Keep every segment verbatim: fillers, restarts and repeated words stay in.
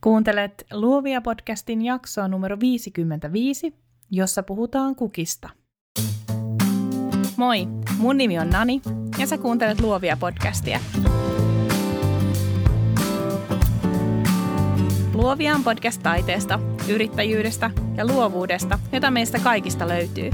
Kuuntelet Luovia podcastin jaksoa numero viisikymmentäviisi, jossa puhutaan kukista. Moi, mun nimi on Nani ja sä kuuntelet Luovia podcastia. Luovia on podcast taiteesta, yrittäjyydestä ja luovuudesta, jota meistä kaikista löytyy.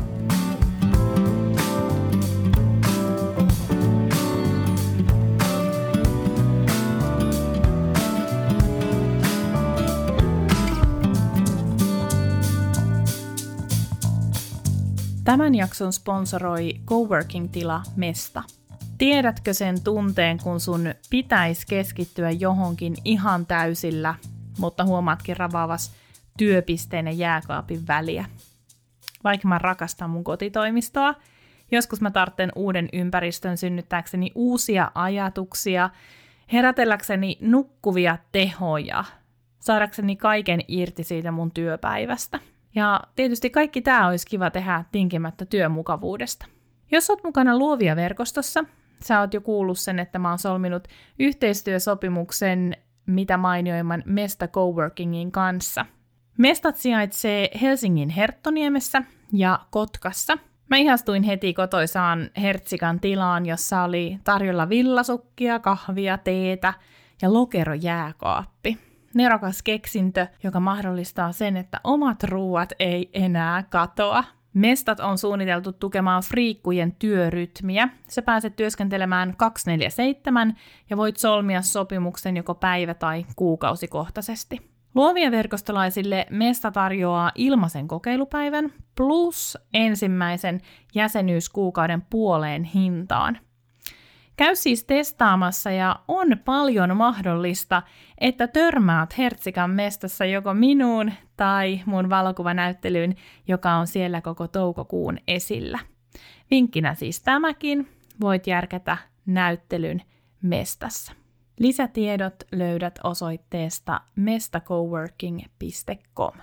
Tämän jakson sponsoroi coworking-tila Mesta. Tiedätkö sen tunteen, kun sun pitäisi keskittyä johonkin ihan täysillä, mutta huomaatkin ravaavas työpisteen ja jääkaapin väliä? Vaikka mä rakastan mun kotitoimistoa, joskus mä tarvitsen uuden ympäristön synnyttääkseni uusia ajatuksia, herätelläkseni nukkuvia tehoja, saadakseni kaiken irti siitä mun työpäivästä. Ja tietysti kaikki tämä olisi kiva tehdä tinkimättä työmukavuudesta. Jos oot mukana Luovia-verkostossa, sä oot jo kuullut sen, että mä oon solminut yhteistyösopimuksen mitä mainioimman Mesta Coworkingin kanssa. Mestat sijaitsee Helsingin Herttoniemessä ja Kotkassa. Mä ihastuin heti kotoisaan Hertsikan tilaan, jossa oli tarjolla villasukkia, kahvia, teetä ja lokerojääkaappi. Nerokas keksintö, joka mahdollistaa sen, että omat ruuat ei enää katoa. Mestat on suunniteltu tukemaan friikkujen työrytmiä. Sä pääset työskentelemään kaksikymmentäneljä seitsemän ja voit solmia sopimuksen joko päivä- tai kuukausikohtaisesti. Luovia verkostolaisille Mesta tarjoaa ilmaisen kokeilupäivän plus ensimmäisen jäsenyyskuukauden puoleen hintaan. Käy siis testaamassa ja on paljon mahdollista, että törmäät Hertsikan Mestassa joko minuun tai mun valokuvanäyttelyyn, joka on siellä koko toukokuun esillä. Vinkkinä siis tämäkin, voit järkätä näyttelyn Mestassa. Lisätiedot löydät osoitteesta mestacoworking piste com.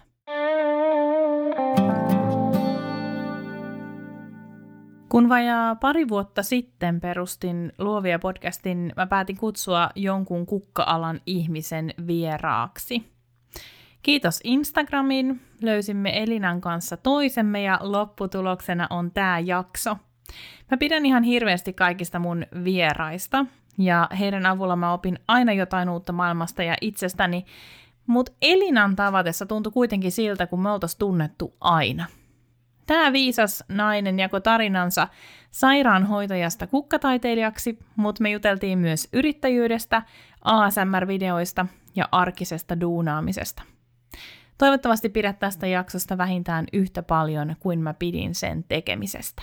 Kun vajaa pari vuotta sitten perustin Luovia podcastin, mä päätin kutsua jonkun kukka-alan ihmisen vieraaksi. Kiitos Instagramin, löysimme Elinan kanssa toisemme ja lopputuloksena on tää jakso. Mä pidän ihan hirveästi kaikista mun vieraista ja heidän avulla mä opin aina jotain uutta maailmasta ja itsestäni, mut Elinan tavatessa tuntui kuitenkin siltä, kun me oltais tunnettu aina. Tämä viisas nainen jakoi tarinansa sairaanhoitajasta kukkataiteilijaksi, mutta me juteltiin myös yrittäjyydestä, A S M R-videoista ja arkisesta duunaamisesta. Toivottavasti pidät tästä jaksosta vähintään yhtä paljon kuin mä pidin sen tekemisestä.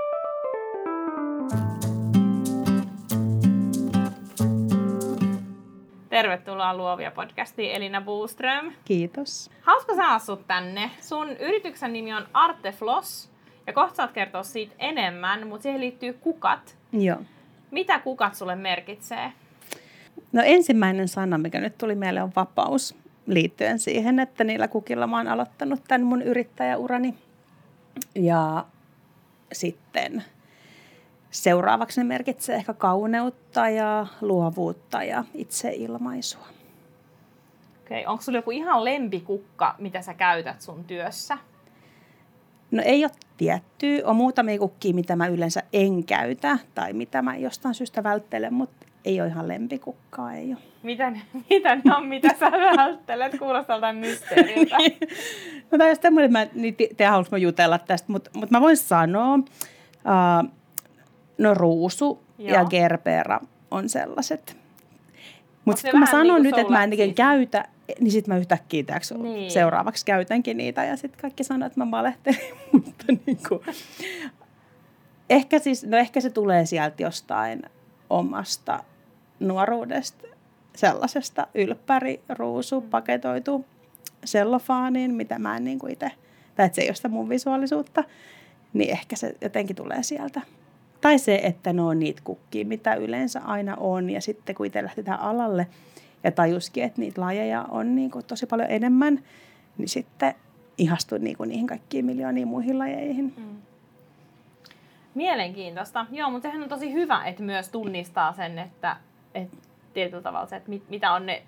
Tervetuloa Luovia podcastiin, Elina Boström. Kiitos. Hauska saada sut tänne. Sun yrityksen nimi on Artefloss, ja kohta saat kertoa siitä enemmän, mutta siihen liittyy kukat. Joo. Mitä kukat sulle merkitsee? No ensimmäinen sana, mikä nyt tuli mieleen, on vapaus, liittyen siihen, että niillä kukilla mä oon aloittanut tämän mun yrittäjäurani. Ja sitten seuraavaksi ne merkitsee ehkä kauneutta ja luovuutta ja itseilmaisua. Okei, onko sulla joku ihan lempikukka, mitä sä käytät sun työssä? No ei ole tiettyä. On muutamia kukkia, mitä mä yleensä en käytä tai mitä mä jostain syystä välttelen, mutta ei ole ihan lempikukkaa, ei ole. Mitä ne, mitä ne on, mitä sä välttelet? Kuulostaa jotain mysteeriltä. No tämä on tämmöinen, mä, niin te haluaisin mä jutella tästä, mutta, mutta mä voin sanoa, uh, no ruusu Joo. ja gerbera on sellaiset. Mutta kun mä sanon niin nyt, että mä en siis käytä, niin sitten mä yhtäkkiä niin. seuraavaksi käytänkin niitä. Ja sitten kaikki sanoo, että mä valehtelin. Mutta niin kuin, ehkä, siis, no ehkä se tulee sieltä jostain omasta nuoruudesta. Sellaisesta ylppäri, ruusu, paketoitu sellofaaniin, mitä mä en niin kuin itse, tai että se ei ole sitä mun visuaalisuutta. Niin ehkä se jotenkin tulee sieltä. Tai se, että ne on niitä kukkia, mitä yleensä aina on. Ja sitten kun itse lähti tähän alalle ja tajuskin, että niitä lajeja on niin kuin tosi paljon enemmän, niin sitten ihastuin niin kuin niihin kaikkiin miljooniin muihin lajeihin. Mm. Mielenkiintoista. Joo, mutta sehän on tosi hyvä, että myös tunnistaa sen, että, että tietyllä tavalla se, että mit, mitä on ne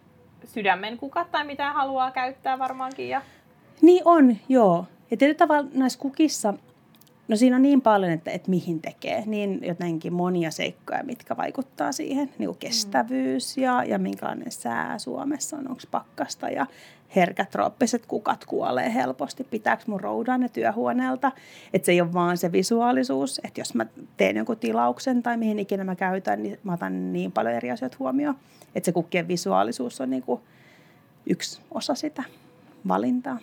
sydämen kukat tai mitä haluaa käyttää varmaankin. Ja... Niin on, joo. Ja tietyllä tavalla näissä kukissa, no siinä on niin paljon, että, että mihin tekee, niin jotenkin monia seikkoja, mitkä vaikuttaa siihen, niin kuin kestävyys ja, ja minkälainen sää Suomessa on, onko pakkasta ja herkät trooppiset kukat kuolee helposti, pitääkö mun roudaa ne työhuoneelta, että se ei ole vaan se visuaalisuus, että jos mä teen jonkun tilauksen tai mihin ikinä mä käytän, niin mä otan niin paljon eri asioita huomioon, että se kukkien visuaalisuus on niin kuin yksi osa sitä valintaa.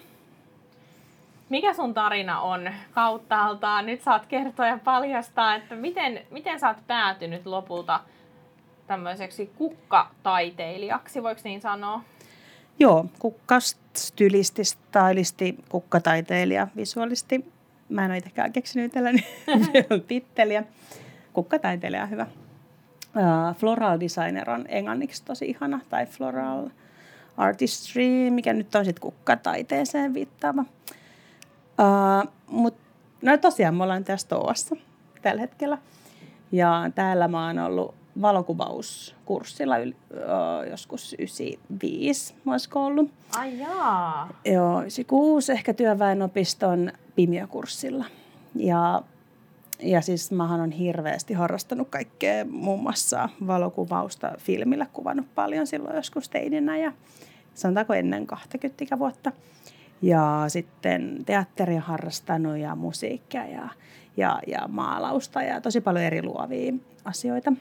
Mikä sun tarina on kauttaaltaan? Nyt saat kertoa ja paljastaa, että miten, miten sä oot päätynyt lopulta tämmöiseksi kukkataiteilijaksi, voiko niin sanoa? Joo, kukkastylisti, stylisti, kukkataiteilija, visuaalisti. Mä en ole itsekään keksinyt itselläni titteliä. Kukkataiteilija on hyvä. Uh, floral designer on englanniksi tosi ihana, tai floral artistry, mikä nyt on sitten kukkataiteeseen viittaava. Uh, Mutta no tosiaan me ollaan tässä Touassa tällä hetkellä. Ja täällä mä oon ollut valokuvauskurssilla yl, uh, joskus yhdeksänkymmentäviisi, olisiko ollut. Ai jaa. Joo, yhdeksänkymmentäkuusi ehkä työväenopiston Pimiö-kurssilla. Ja, ja siis mähän on hirveästi harrastanut kaikkea, muun muassa valokuvausta, filmillä kuvannut paljon silloin joskus teininä ja sanotaanko ennen kaksikymmentä vuotta. Ja sitten teatteria harrastanut ja musiikkia ja, ja, ja maalausta ja tosi paljon eri luovia asioita.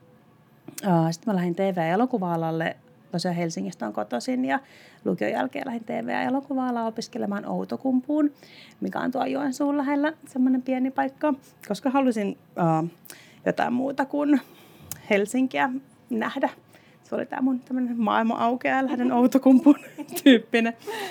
Sitten mä lähdin T V- ja elokuva-alalle, tosiaan Helsingistä on kotoisin ja lukion jälkeen lähdin T V- ja elokuva-alaa opiskelemaan Outokumpuun, mikä on tuo Joensuun lähellä semmoinen pieni paikka, koska halusin uh, jotain muuta kuin Helsinkiä nähdä. Se oli tämä mun tämmöinen maailma aukeaa ja lähden Outokumpuun tyyppinen.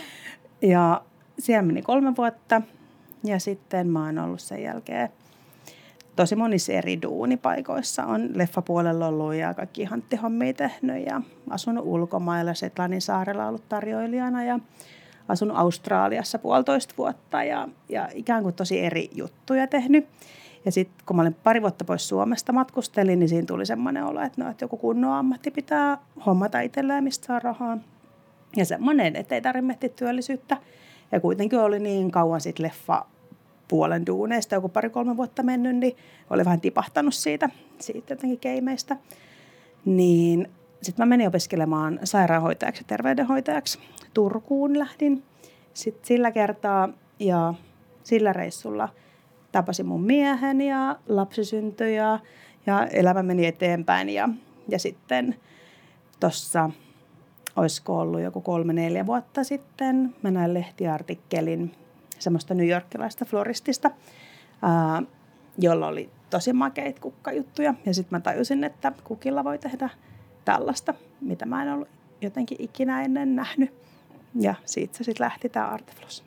Ja siellä meni kolme vuotta ja sitten mä oon ollut sen jälkeen tosi monissa eri duunipaikoissa. On leffapuolella ollut ja kaikki hanttihommia tehnyt ja asunut ulkomailla. Shetlandin saarella ollut tarjoilijana ja asunut Australiassa puolitoista vuotta ja, ja ikään kuin tosi eri juttuja tehnyt. Ja sitten kun mä olin pari vuotta pois Suomesta matkustelin, niin siinä tuli semmoinen olo, että, no, että joku kunnon ammatti pitää hommata itselleen, mistä saa rahaa. Ja semmoinen, että ei tarvitse miettiä työllisyyttä. Ja kuitenkin oli niin kauan sitten leffa puolen duuneista, joku pari-kolme vuotta mennyt, niin oli vähän tipahtanut siitä, siitä jotenkin keimeistä. Niin sitten mä menin opiskelemaan sairaanhoitajaksi ja terveydenhoitajaksi. Turkuun lähdin sitten sillä kertaa ja sillä reissulla tapasin mun miehen ja lapsi syntyi ja, ja elämä meni eteenpäin. Ja, ja sitten tuossa olisiko ollut joku kolme, neljä vuotta sitten, mä näin lehtiartikkelin semmoista newyorkilaista floristista, ää, jolla oli tosi makeita kukkajuttuja. Ja sitten mä tajusin, että kukilla voi tehdä tällaista, mitä mä en ollut jotenkin ikinä ennen nähnyt. Ja siitä se sitten lähti tämä Artefloss.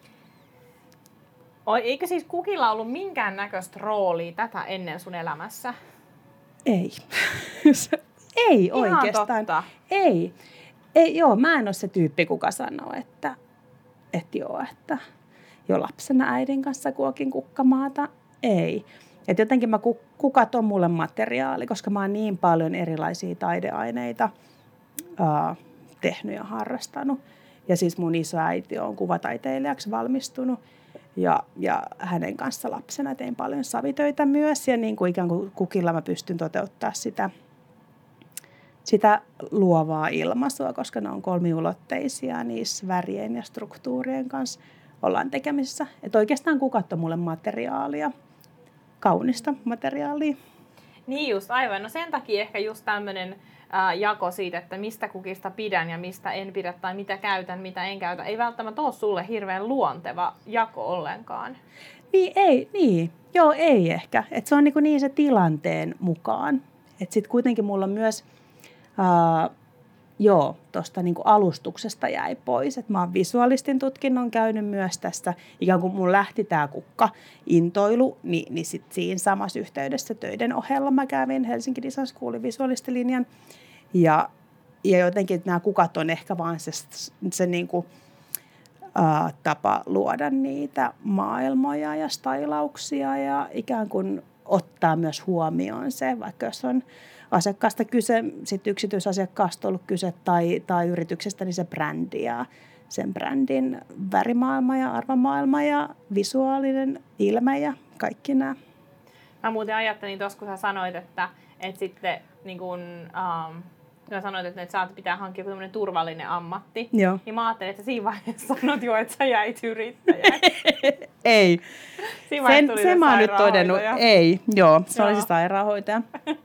Oi, eikö siis kukilla ollut minkään näköistä roolia tätä ennen sun elämässä? Ei. Ei Ihan oikeastaan. Totta. Ei. Ei, joo, mä en ole se tyyppi, kuka sanoo, että, että joo, että jo lapsena äidin kanssa kuokin kukkamaata. Ei. Et jotenkin mä, kukat on mulle materiaali, koska mä oon niin paljon erilaisia taideaineita ää, tehnyt ja harrastanut. Ja siis mun isoäiti on kuvataiteilijaksi valmistunut ja, ja hänen kanssa lapsena tein paljon savitöitä myös. Ja niin kuin ikään kuin kukilla mä pystyn toteuttamaan sitä, sitä luovaa ilmaisua, koska ne on kolmiulotteisia niissä värien ja struktuurien kanssa ollaan tekemisissä. Että oikeastaan kukat on mulle materiaalia, kaunista materiaalia. Niin just, aivan. No sen takia ehkä just tämmöinen äh, jako siitä, että mistä kukista pidän ja mistä en pidä tai mitä käytän, mitä en käytä, ei välttämättä ole sulle hirveän luonteva jako ollenkaan. Niin, ei, niin. Joo, ei ehkä. Et se on niin, niin se tilanteen mukaan. Että sitten kuitenkin mulla on myös, äh, joo, tuosta niin alustuksesta jäi pois. Että mä oon visualistin tutkinnon käynyt myös tästä. Ikään kuin mun lähti tää kukka-intoilu, niin, niin sitten siinä samassa yhteydessä töiden ohella mä kävin Helsinki Design Schoolin visualistilinjan. Ja, ja jotenkin nämä kukat on ehkä vaan se, se niin kuin, Uh, tapa luoda niitä maailmoja ja stylauksia ja ikään kuin ottaa myös huomioon se, vaikka jos on asiakkaasta kyse, sitten yksityisasiakkaasta ollut kyse tai, tai yrityksestä, niin se brändi ja sen brändin värimaailma ja arvomaailma ja visuaalinen ilme ja kaikki nämä. Mä muuten ajattelin tuossa, kun sä sanoit, että, että sitten niin kun, um, kun sanoit, että saat pitää hankkia joku turvallinen ammatti, Joo. niin mä ajattelin, että siinä vaiheessa sanot jo, että sä jäit yrittäjäksi. Ei. Sen, sen mä oon nyt todennut. Ei, joo, se oli siis sairaanhoitaja.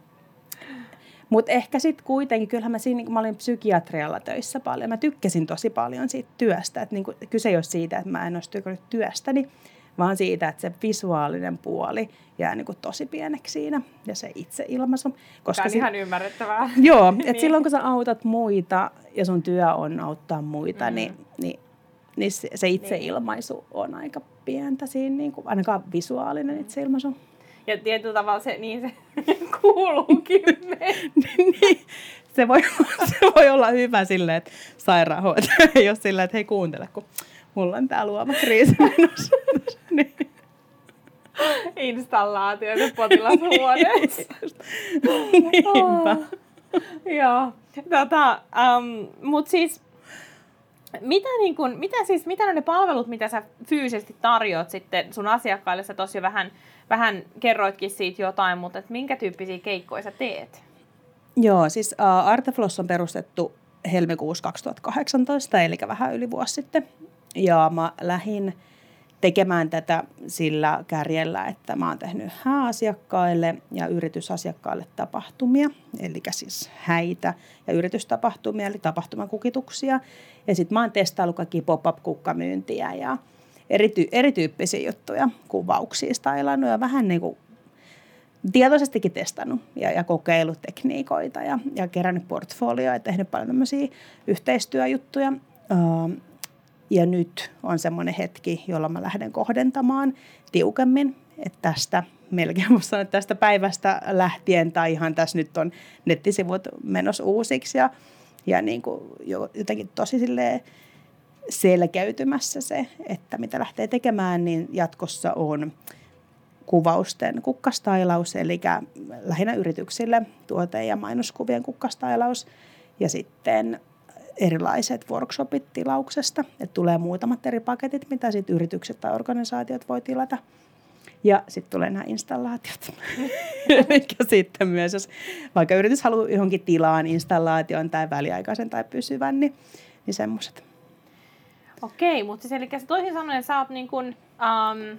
Mutta ehkä sitten kuitenkin, kyllähän mä siinä, mä olin psykiatrialla töissä paljon. Mä tykkäsin tosi paljon siitä työstä. Et niinku, kyse ei ole siitä, että mä en olisi tykännyt työstäni, vaan siitä, että se visuaalinen puoli jää niinku tosi pieneksi siinä ja se itseilmaisu. Koska tämä on si- ihan ymmärrettävää. Joo, että niin. Silloin kun sä autat muita ja sun työ on auttaa muita, mm. niin, niin, niin se, se itseilmaisu niin. on aika pientä siinä, niinku, ainakaan visuaalinen itseilmaisu. Ja tietyllä tavalla se, niin se kuuluukin niin, se, voi, se voi olla hyvä silleen, että sairaanhoitaja ei ole silleen, että hei kuuntele, kun mulla on tää luova kriisi menossa. niin. Installaatioita potilashuoneessa. Niinpä. Oh. Joo. Tota, um, mut siis, mitä, niin kun, mitä, siis, mitä on ne palvelut, mitä sä fyysisesti tarjoat sitten sun asiakkaille? Sä tossa jo vähän, vähän kerroitkin siitä jotain, mutta et minkä tyyppisiä keikkoja sä teet? Joo, siis uh, Artefloss on perustettu helmikuussa kaksituhattakahdeksantoista, eli vähän yli vuosi sitten. Ja mä lähdin tekemään tätä sillä kärjellä, että mä oon tehnyt hääasiakkaille ja yritysasiakkaille tapahtumia, eli siis häitä ja yritystapahtumia, eli tapahtumakukituksia. Ja sitten mä oon testaillut kaikkia pop-up-kukkamyyntiä ja erity, erityyppisiä juttuja, kuvauksia, stailannut ja vähän niin kuin tietoisestikin testannut ja, ja kokeillut tekniikoita ja, ja kerännyt portfolioa ja tehnyt paljon tämmöisiä yhteistyöjuttuja. Uh, Ja nyt on semmoinen hetki, jolloin mä lähden kohdentamaan tiukemmin, että tästä melkein voisi sanoa, että tästä päivästä lähtien tai ihan tässä nyt on nettisivut menossa uusiksi ja, ja niin kuin jotenkin tosi silleen selkeytymässä se, että mitä lähtee tekemään, niin jatkossa on kuvausten kukkastailaus, eli lähinnä yrityksille tuote- ja mainoskuvien kukkastailaus ja sitten erilaiset workshopit tilauksesta, että tulee muutamat eri paketit, mitä sitten yritykset tai organisaatiot voi tilata. Ja sitten tulee nämä installaatiot, mikä sitten myös, jos vaikka yritys haluaa johonkin tilaan installaation tai väliaikaisen tai pysyvän, niin, niin semmoiset. Okei, mutta siis eli toisin sanoen sä oot niin kuin, um,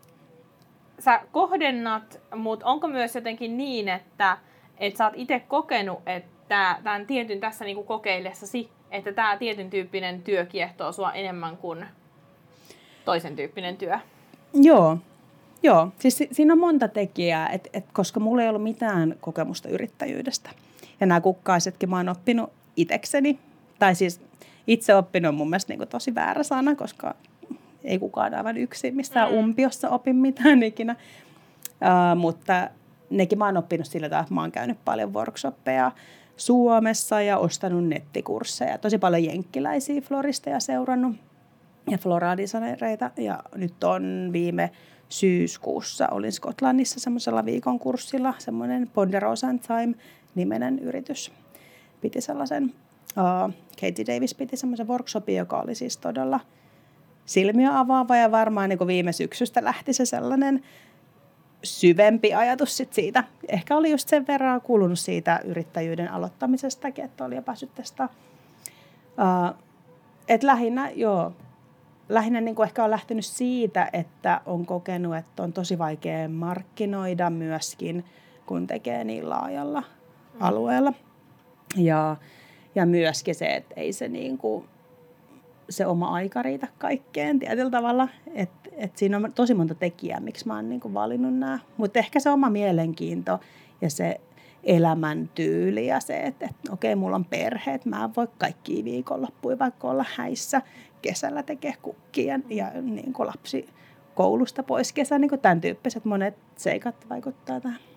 sä kohdennat, mutta onko myös jotenkin niin, että, että sä oot itse kokenut, että tämän tietyn tässä niin kuin kokeillessasi, että tämä tietyn tyyppinen työ kiehtoo sua enemmän kuin toisen tyyppinen työ? Joo, joo. Siis siinä on monta tekijää, et, et, koska mulla ei ollut mitään kokemusta yrittäjyydestä. Ja nämä kukkaisetkin mä oon oppinut itsekseni. Tai siis itse oppinut on mun mielestä niin kuin tosi väärä sana, koska ei kukaan aivan yksin missään mm. umpiossa opi mitään ikinä. Uh, mutta nekin mä oon oppinut sillä tavalla, että mä oon käynyt paljon workshoppeja Suomessa ja ostanut nettikursseja. Tosi paljon jenkkiläisiä floristeja seurannut ja floradesignereita. Ja nyt on viime syyskuussa olin Skotlannissa semmoisella viikon kurssilla. Semmoinen Ponderosa and Time-nimenen yritys piti sellaisen, uh, Katie Davis piti semmoisen workshopin, joka oli siis todella silmiä avaava. Ja varmaan niin kuin viime syksystä lähti se sellainen syvempi ajatus sit siitä. Ehkä oli just sen verran kuulunut siitä yrittäjyyden aloittamisestakin, että oli jo päässyt testaa. Uh, et lähinnä, joo, lähinnä niin kuin ehkä on lähtenyt siitä, että on kokenut, että on tosi vaikea markkinoida myöskin, kun tekee niin laajalla mm. alueella. Ja, ja myöskin se, että ei se, niin kuin, se oma aika riitä kaikkeen tietyllä tavalla. Että et siinä on tosi monta tekijää, miksi mä oon niin kuin valinnut nämä. Mutta ehkä se oma mielenkiinto ja se elämäntyyli ja se, että et, okei, mulla on perhe, että mä en voi kaikkia viikonloppuja vaikka olla häissä kesällä tekee kukkia ja niin kuin lapsi koulusta pois kesän, niin kuin tämän tyyppiset monet seikat vaikuttaa tähän.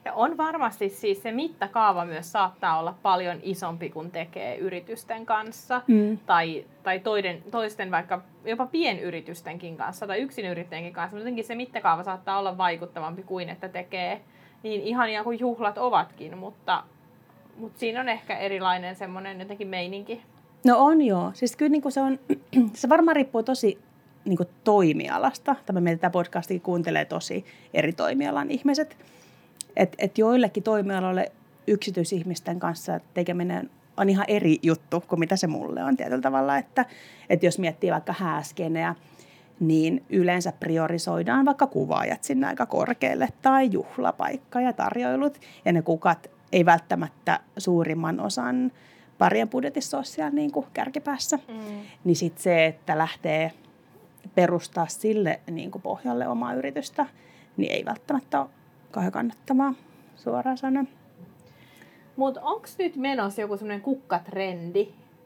Ja on varmasti siis se mittakaava myös saattaa olla paljon isompi kuin tekee yritysten kanssa mm. tai, tai toiden, toisten vaikka jopa pienyritystenkin kanssa tai yksinyrittäjänkin kanssa. Mutta jotenkin se mittakaava saattaa olla vaikuttavampi kuin että tekee niin ihania kuin juhlat ovatkin, mutta, mutta siinä on ehkä erilainen semmoinen jotenkin meininki. No on joo. Siis kyllä niin kuin se on, se varmaan riippuu tosi niin kuin toimialasta. Tämä meitä tämä podcastikin kuuntelee tosi eri toimialan ihmiset. Että et joillekin toimialoille yksityisihmisten kanssa tekeminen on ihan eri juttu kuin mitä se mulle on tietyllä tavalla. Että et jos miettii vaikka hääskeneä, niin yleensä priorisoidaan vaikka kuvaajat sinne aika korkealle tai juhlapaikka ja tarjoilut. Ja ne kukat ei välttämättä suurimman osan parien budjetissa ole siellä niin kuin kärkipäässä. Mm. Niin sitten se, että lähtee perustaa sille niin kuin pohjalle omaa yritystä, niin ei välttämättä ole kauhean kannattavaa suoraan sanoen. Mutta onko nyt menossa joku semmoinen kukkatrendi?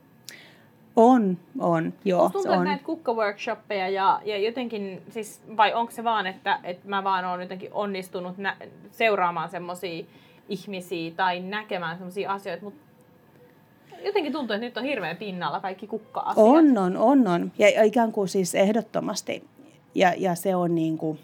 On, on, joo. Musta tuntuu, että näitä kukkaworkshoppeja ja, ja jotenkin, siis, vai onko se vaan, että, että mä vaan oon jotenkin onnistunut nä- seuraamaan semmoisia ihmisiä tai näkemään semmoisia asioita, mutta jotenkin tuntuu, että nyt on hirveän pinnalla kaikki kukka-asiat. On, on, on, on. Ja ikään kuin siis ehdottomasti. Ja, ja se on niin kuin,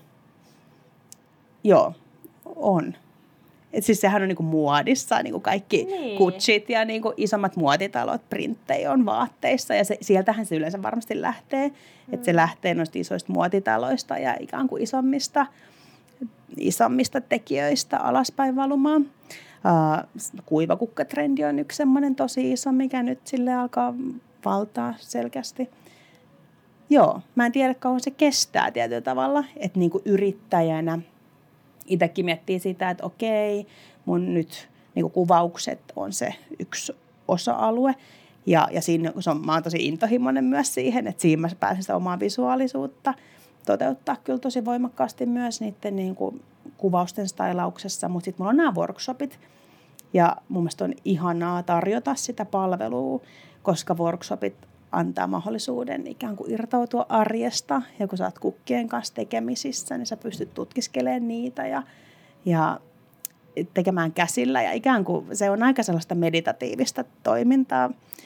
joo, on. Et siis sehän on niinku muodissa, niinku kaikki niin. Gucciit ja niinku isommat muotitalot, printtejä on vaatteissa ja se, sieltähän se yleensä varmasti lähtee. Mm. Että se lähtee noista isoista muotitaloista ja ikään kuin isommista, isommista tekijöistä alaspäin valumaan. Uh, kuivakukkatrendi on yksi semmoinen tosi iso, mikä nyt sille alkaa valtaa selkeästi. Joo, mä en tiedä kauan se kestää tietyllä tavalla, että niinku yrittäjänä itsekin miettii sitä, että okei, mun nyt niin kuin kuvaukset on se yksi osa-alue. Ja, ja siinä se on, mä oon tosi intohimoinen myös siihen, että siinä mä pääsen sitä omaa visuaalisuutta toteuttaa kyllä tosi voimakkaasti myös niiden niin kuin kuvausten stylauksessa. Mutta sitten mulla on nämä workshopit ja mun mielestä on ihanaa tarjota sitä palvelua, koska workshopit antaa mahdollisuuden ikään kuin irtautua arjesta. Ja kun sä oot kukkien kanssa tekemisissä, niin sä pystyt tutkiskelemaan niitä ja, ja tekemään käsillä. Ja ikään kuin se on aika sellaista meditatiivista toimintaa.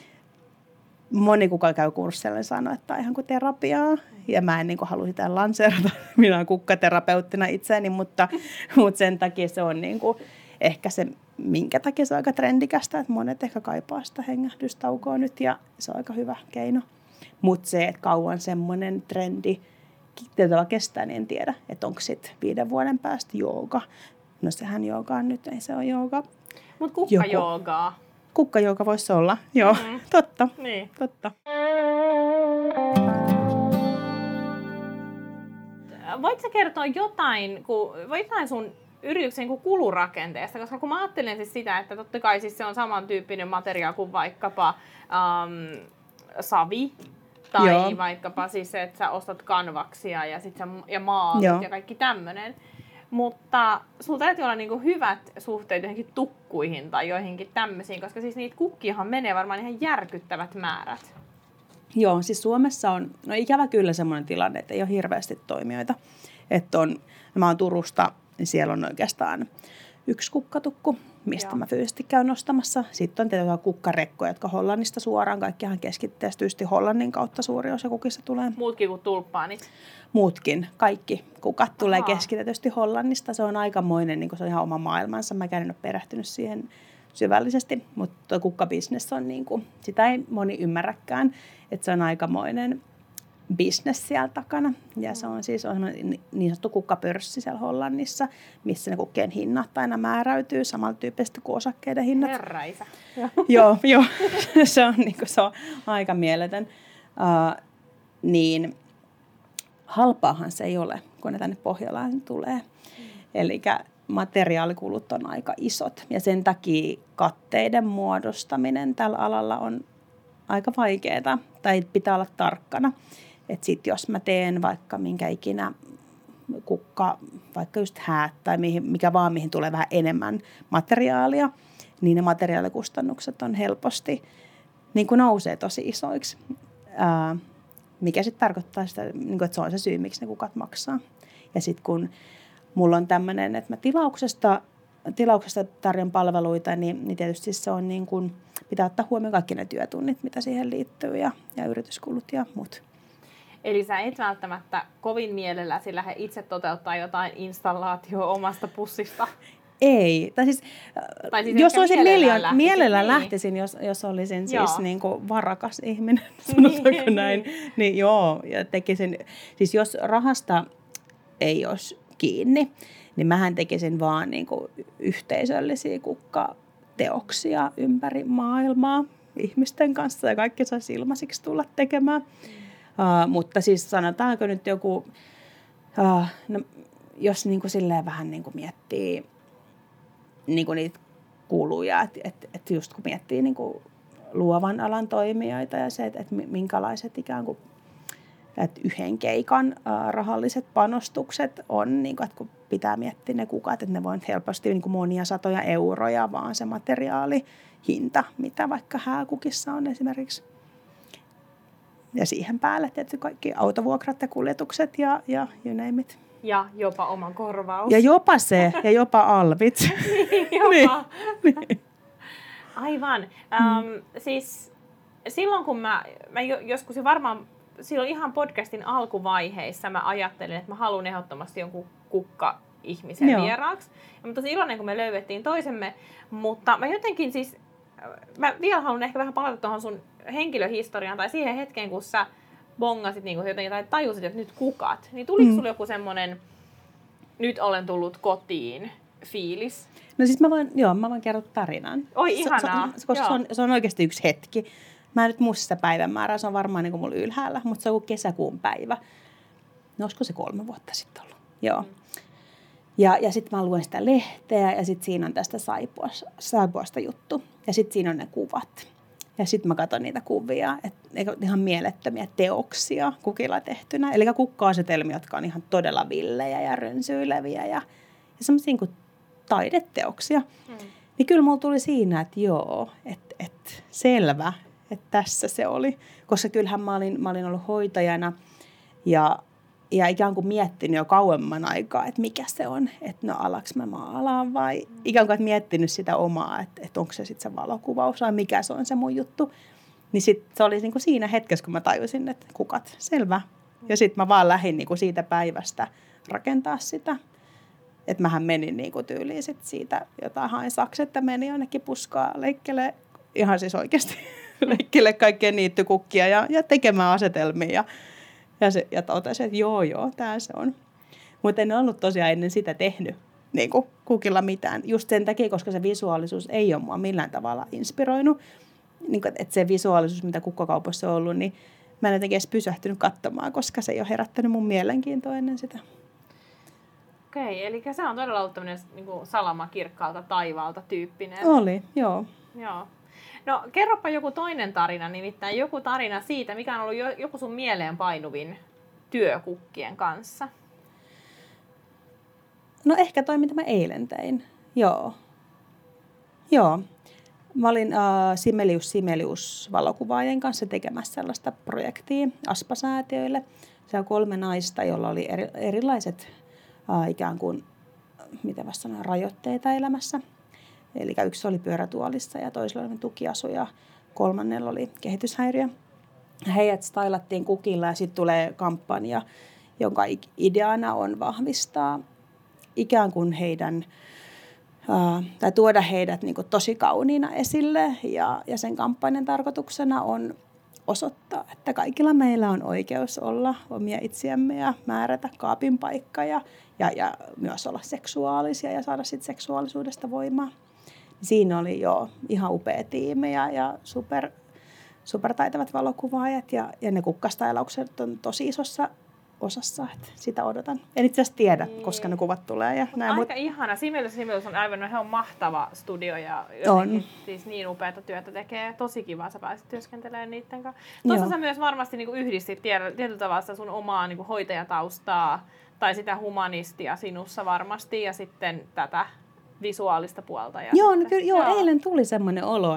Moni, kuka käy kurssilla, sanoo, että tämä on ihan kuin terapiaa. Ja mä en niin kuin halua sitä lanseerata. Minä olen kukkaterapeuttina itseäni, mutta, mutta sen takia se on niin kuin ehkä se, minkä takia se on aika trendikästä, että monet ehkä kaipaa sitä hengähdystaukoa nyt ja se on aika hyvä keino. Mutta se, että kauan semmoinen trendi tietyllä kestää, niin en tiedä, että onko sitten viiden vuoden päästä jooga. No sehän jooga on nyt, ei se ole jooga. Mutta kukkajoogaa. Kukkajooga voisi olla, joo, mm. totta, niin. totta. Voitko sä kertoa jotain, kun, jotain sun yrityksen niin kulurakenteesta, koska kun mä ajattelen siis sitä, että totta kai siis se on samantyyppinen materiaali kuin vaikkapa ähm, savi tai Joo. vaikkapa siis se, että sä ostat kanvaksia ja, sit sä, ja maalit Joo. ja kaikki tämmöinen. Mutta sulla täytyy olla niinku hyvät suhteet johonkin tukkuihin tai joihinkin tämmöisiin, koska siis niitä kukkiahan menee varmaan ihan järkyttävät määrät. Joo, siis Suomessa on no ikävä kyllä semmoinen tilanne, että ei ole hirveästi toimijoita. Että on, mä oon Turusta, niin siellä on oikeastaan yksi kukkatukku, mistä Joo. mä fyysisesti käyn nostamassa. Sitten on tietysti kukkarekkoja, jotka Hollannista suoraan. Kaikkihan keskittyy tietysti Hollannin kautta suuri osa kukissa tulee. Muutkin kuin tulppaanit? Muutkin. Kaikki kukat Aha. tulee keskitetysti Hollannista. Se on aikamoinen, niin se on ihan oma maailmansa. Mä en ole perehtynyt siihen syvällisesti, mutta tuo kukkabisnes on, niin kuin, sitä ei moni ymmärräkään, että se on aikamoinen business siellä takana. Ja se on siis on niin sanottu kukkapörssi siellä Hollannissa, missä ne kukkien hinnat aina määräytyy samantyyppisesti kuin osakkeiden hinnat. Herraisa. joo, joo. se, on, niin kuin, se on aika mieletön. Uh, niin halpaahan se ei ole, kun ne tänne Pohjolaan tulee. Mm. Eli materiaalikulut on aika isot ja sen takia katteiden muodostaminen tällä alalla on aika vaikeaa tai pitää olla tarkkana. Että sit jos mä teen vaikka minkä ikinä kukka, vaikka just häät tai mihin, mikä vaan mihin tulee vähän enemmän materiaalia, niin ne materiaalikustannukset on helposti, niin kuin nousee tosi isoiksi. Ää, mikä sitten tarkoittaa sitä, niin kuin, että se on se syy, miksi ne kukat maksaa. Ja sitten kun mulla on tämmöinen, että mä tilauksesta tilauksesta tarjon palveluita, niin, niin tietysti se on niin kuin, pitää ottaa huomioon kaikki ne työtunnit, mitä siihen liittyy ja, ja yrityskulut ja muut. Eli sä et välttämättä kovin mielelläsi lähde itse toteuttaa jotain installaatioa omasta pussista? Ei. Tai siis, tai siis jos olisin miljoon, lähtisin, mielellä niin. lähtisin, jos, jos olisin joo. siis niin kuin varakas ihminen, sanotaanko näin, niin joo, ja tekisin, siis jos rahasta ei olisi kiinni, niin mähän tekisin vaan niin kuin yhteisöllisiä kukkateoksia ympäri maailmaa ihmisten kanssa, ja kaikki saisi ilmaisiksi tulla tekemään. Uh, mutta siis sanotaanko nyt joku, uh, no, jos niin kuin silleen vähän niin kuin miettii niin kuin niitä kuluja, että et, et just kun miettii niin kuin luovan alan toimijoita ja se, että et minkälaiset ikään kuin että yhden keikan uh, rahalliset panostukset on, niin kuin, että kun pitää miettiä ne kukat, että ne voi helposti niin kuin monia satoja euroja vaan se materiaalihinta, mitä vaikka hääkukissa on esimerkiksi. Ja siihen päälle tietysti kaikki autovuokrat ja kuljetukset ja, ja you name it. Ja jopa oma korvaus. Ja jopa se, ja jopa alvit. niin, jopa. niin. Aivan. Um, mm. Siis silloin kun mä, mä joskus varmaan, silloin ihan podcastin alkuvaiheissa mä ajattelin, että mä haluan ehdottomasti jonkun kukka-ihmisen Joo. vieraaksi. Ja mä tosi iloinen, kun me löydettiin toisemme, mutta mä jotenkin siis, mä vielä haluan ehkä vähän palata tuohon sun henkilöhistoriaan tai siihen hetkeen, kun sä bongasit niin kuin jotenkin, tai tajusit, että nyt kukat, niin tuliko mm. sulla joku semmoinen, nyt olen tullut kotiin fiilis? No siis mä voin, joo, mä voin kertoa tarinan. Oi ihanaa. Se, se, koska se on, se on oikeasti yksi hetki. Mä en nyt muista sitä päivämäärää, se on varmaan niin kuin mulla ylhäällä, mutta se on joku kesäkuun päivä. No olisiko se kolme vuotta sitten ollut? Joo. Mm. Ja, ja sitten mä luen sitä lehteä ja sitten siinä on tästä Saipuasta, Saipuasta juttu. Ja sitten siinä on ne kuvat. Ja sitten mä katson niitä kuvia, että ihan mielettömiä teoksia kukilla tehtynä. Eli kukka-asetelmia, jotka on ihan todella villejä ja rönsyileviä ja, ja semmoisia niin kuin taideteoksia. Mm. Niin kyllä mulla tuli siinä, että joo, että et, selvä, että tässä se oli. Koska kyllähän mä olin, mä olin ollut hoitajana ja, ja ikään kuin miettinyt jo kauemman aikaa, että mikä se on. Että no alaks mä maalaan vai mm. ikään kuin että miettinyt sitä omaa, että, että onko se sitten se valokuvaus vai mikä se on se mun juttu. Niin sitten se oli niin kuin siinä hetkessä, kun mä tajusin, että kukat, selvä. Ja sitten mä vaan lähdin niin kuin siitä päivästä rakentaa sitä. Että mähän menin niin kuin tyyliin sit siitä jotain hain saksetta, meni jonnekin puskaa leikkelee, ihan siis oikeasti leikkelee kaikkea niittykukkia ja, ja tekemään asetelmia. Ja, ja, se, ja totesin, että joo joo, tää se on. Mutta en ollut tosiaan ennen sitä tehnyt niin kuin kukilla mitään. Just sen takia, koska se visuaalisuus ei ole mua millään tavalla inspiroinut. Niin kuin, että se visuaalisuus, mitä kukkakaupassa on ollut, niin mä en jotenkin edes pysähtynyt katsomaan, koska se ei ole herättänyt mun mielenkiintoa ennen sitä. Okei, eli se on todella ollut tämmöinen niin kuin salama kirkkaalta taivaalta tyyppinen. Oli, joo. Joo. No kerropa joku toinen tarina, nimittäin joku tarina siitä, mikä on ollut jo, joku sun mieleen painuvin työ kukkien kanssa. No ehkä toi, mitä mä eilen tein. Joo. Joo. Mä olin äh, Simelius Simelius valokuvaajien kanssa tekemässä sellaista projektia Aspa-säätiöille. Se on kolme naista, joilla oli eri, erilaiset äh, ikään kuin, miten mä sanon, rajoitteita elämässä. Eli yksi oli pyörätuolissa ja toisella oli tukiasu ja kolmannella oli kehityshäiriö. Heidät stylattiin kukilla ja sitten tulee kampanja, jonka ideana on vahvistaa ikään kuin heidän, ää, tai tuoda heidät niin kuin tosi kauniina esille. Ja, ja sen kampanjan tarkoituksena on osoittaa, että kaikilla meillä on oikeus olla omia itseämme ja määrätä kaapin paikka ja, ja, ja myös olla seksuaalisia ja saada sit seksuaalisuudesta voimaa. Siinä oli jo ihan upea tiimi ja, ja super, supertaitavat valokuvaajat ja, ja ne kukkastailaukset on tosi isossa osassa, että sitä odotan. En itse asiassa tiedä, niin. koska ne kuvat tulee. Ja näin, aika mut... ihana. Simelius Simelius on aivan no, he on mahtava studio ja jotenkin siis niin upeata työtä tekee. Tosi kiva, sä pääsit työskentelemään niiden kanssa. Tuossa sä myös varmasti niin kuin yhdistit tietyllä tavalla sun omaa niin kuin hoitajataustaa tai sitä humanistia sinussa varmasti ja sitten tätä visuaalista puolta. Ja joo, sitten, no kyllä, joo, joo, eilen tuli semmoinen olo, että,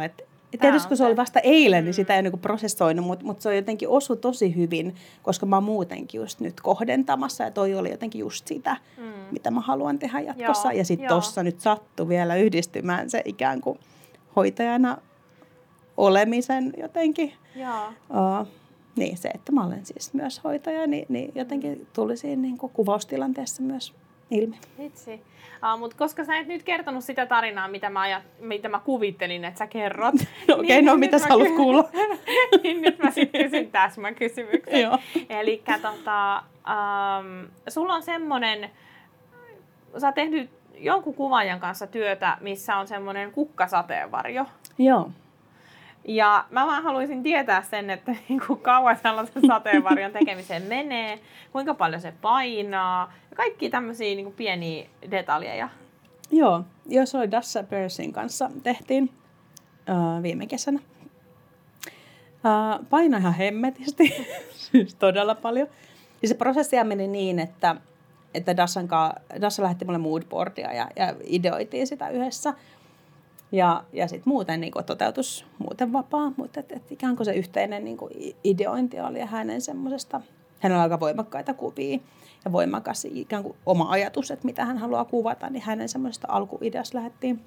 tietysti kun se oli vasta eilen, niin sitä ei niin kuin prosessoinut, mutta, mutta se on jotenkin osu tosi hyvin, koska mä oon muutenkin just nyt kohdentamassa ja toi oli jotenkin just sitä, mm. mitä mä haluan tehdä jatkossa. Joo, ja sitten tuossa nyt sattui vielä yhdistymään se ikään kuin hoitajana olemisen jotenkin. Joo. Uh, niin se, että mä olen siis myös hoitaja, niin, niin jotenkin tuli siinä niin kuin kuvaustilanteessa myös ilmi. Vitsi. Uh, mutta koska sä et nyt kertonut sitä tarinaa, mitä mä, ajat, mitä mä kuvittelin, että sä kerrot. No okei, okay, niin, no mitä sä haluat kuulla? Niin nyt mä sitten kysyn täsmäkysymyksen. Joo. Elikkä tota, um, sulla on semmonen, sä oot tehnyt jonkun kuvaajan kanssa työtä, missä on semmonen kukkasateenvarjo. Joo. Ja mä vaan haluaisin tietää sen, että niinku kauan sellaisen sateenvarjon tekemiseen menee, kuinka paljon se painaa ja kaikki tämmöisiä niinku pieniä detaljeja. Joo, jos oli Dassa Persin kanssa tehtiin uh, viime kesänä. Uh, painoi ihan hemmetisti, siis todella paljon. Ja se prosessia meni niin, että, että Dassan kanssa, Dassa lähetti mulle moodboardia ja, ja ideoitiin sitä yhdessä. Ja, ja sitten muuten niin toteutus muuten vapaa, mutta et, et ikään kuin se yhteinen niin kuin ideointi oli hänen semmoisesta, hänellä on aika voimakkaita kuvia ja voimakas ikään kuin oma ajatus, että mitä hän haluaa kuvata, niin hänen semmoisesta alkuideasta lähdettiin.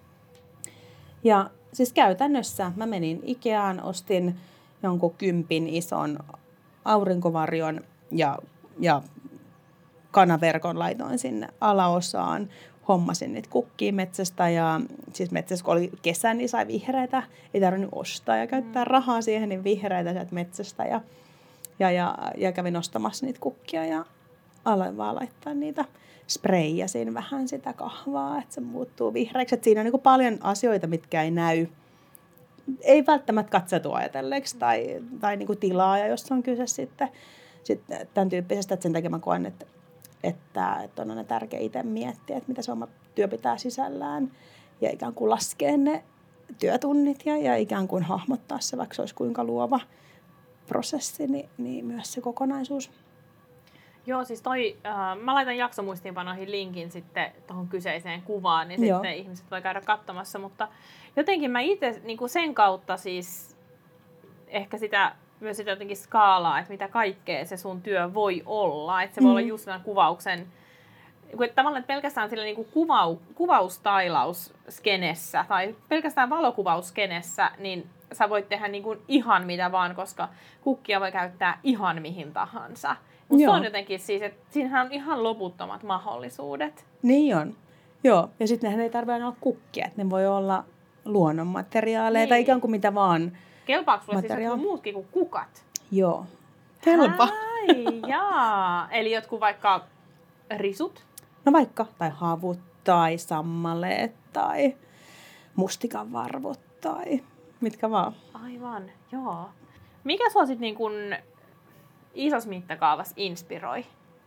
Ja siis käytännössä mä menin Ikeaan, ostin jonkun kympin ison aurinkovarjon ja, ja kanaverkon laitoin sinne alaosaan. Hommasin niitä kukkia metsästä ja siis metsässä kun oli kesä, niin sai vihreitä. Ei tarvinnut ostaa ja käyttää mm. rahaa siihen, niin vihreitä sieltä metsästä. Ja, ja, ja, ja kävin ostamassa niitä kukkia ja aloin vaan laittaa niitä. Spreijasin vähän sitä kahvaa, että se muuttuu vihreäksi. Että siinä on niin kuin paljon asioita, mitkä ei näy. Ei välttämättä katsotua ajatelleeksi tai, tai niin kuin tilaa. Ja jos on kyse sitten, sitten tämän tyyppisestä, että sen takia mä koen, että Että, että on aina tärkeää itse miettiä, että mitä se oma työ pitää sisällään ja ikään kuin laskea ne työtunnit ja, ja ikään kuin hahmottaa se, vaikka se olisi kuinka luova prosessi, niin, niin myös se kokonaisuus. Joo, siis toi, äh, mä laitan jaksomuistiinpanoihin linkin sitten tuohon kyseiseen kuvaan, niin Joo. sitten ihmiset voi käydä katsomassa, mutta jotenkin mä itse niin sen kautta siis ehkä sitä myös sitä jotenkin skaalaa, että mitä kaikkea se sun työ voi olla. Että se mm. voi olla just tämän kuvauksen, että tavallaan että pelkästään sillä niin kuin kuvau, kuvaustailaus-skenessä tai pelkästään valokuvausskenessä, niin sä voit tehdä niin kuin ihan mitä vaan, koska kukkia voi käyttää ihan mihin tahansa. Mutta se on jotenkin siis, että siinähän on ihan loputtomat mahdollisuudet. Niin on. Joo, ja sitten nehän ei tarvitse aina olla kukkia, että ne voi olla luonnonmateriaaleja niin. tai ikään kuin mitä vaan. Kelpaako sulle siis jotkut muutkin kuin kukat? Joo. Kelpa. Ai jaa. Eli jotkut vaikka risut? No vaikka. Tai havut tai sammaleet tai mustikanvarvot tai mitkä vaan. Aivan, joo. Mikä sua sitten niin kun isossa mittakaavassa inspiroi?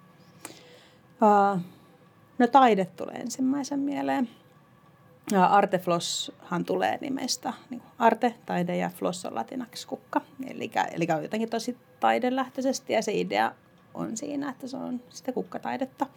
Uh, no taide tulee ensimmäisen mieleen. Arte Flosshan tulee nimestä. Niin arte, taide ja floss on latinaksi kukka. Eli, eli on jotenkin tosi taidelähtöisesti ja se idea on siinä, että se on sitä kukkataidetta.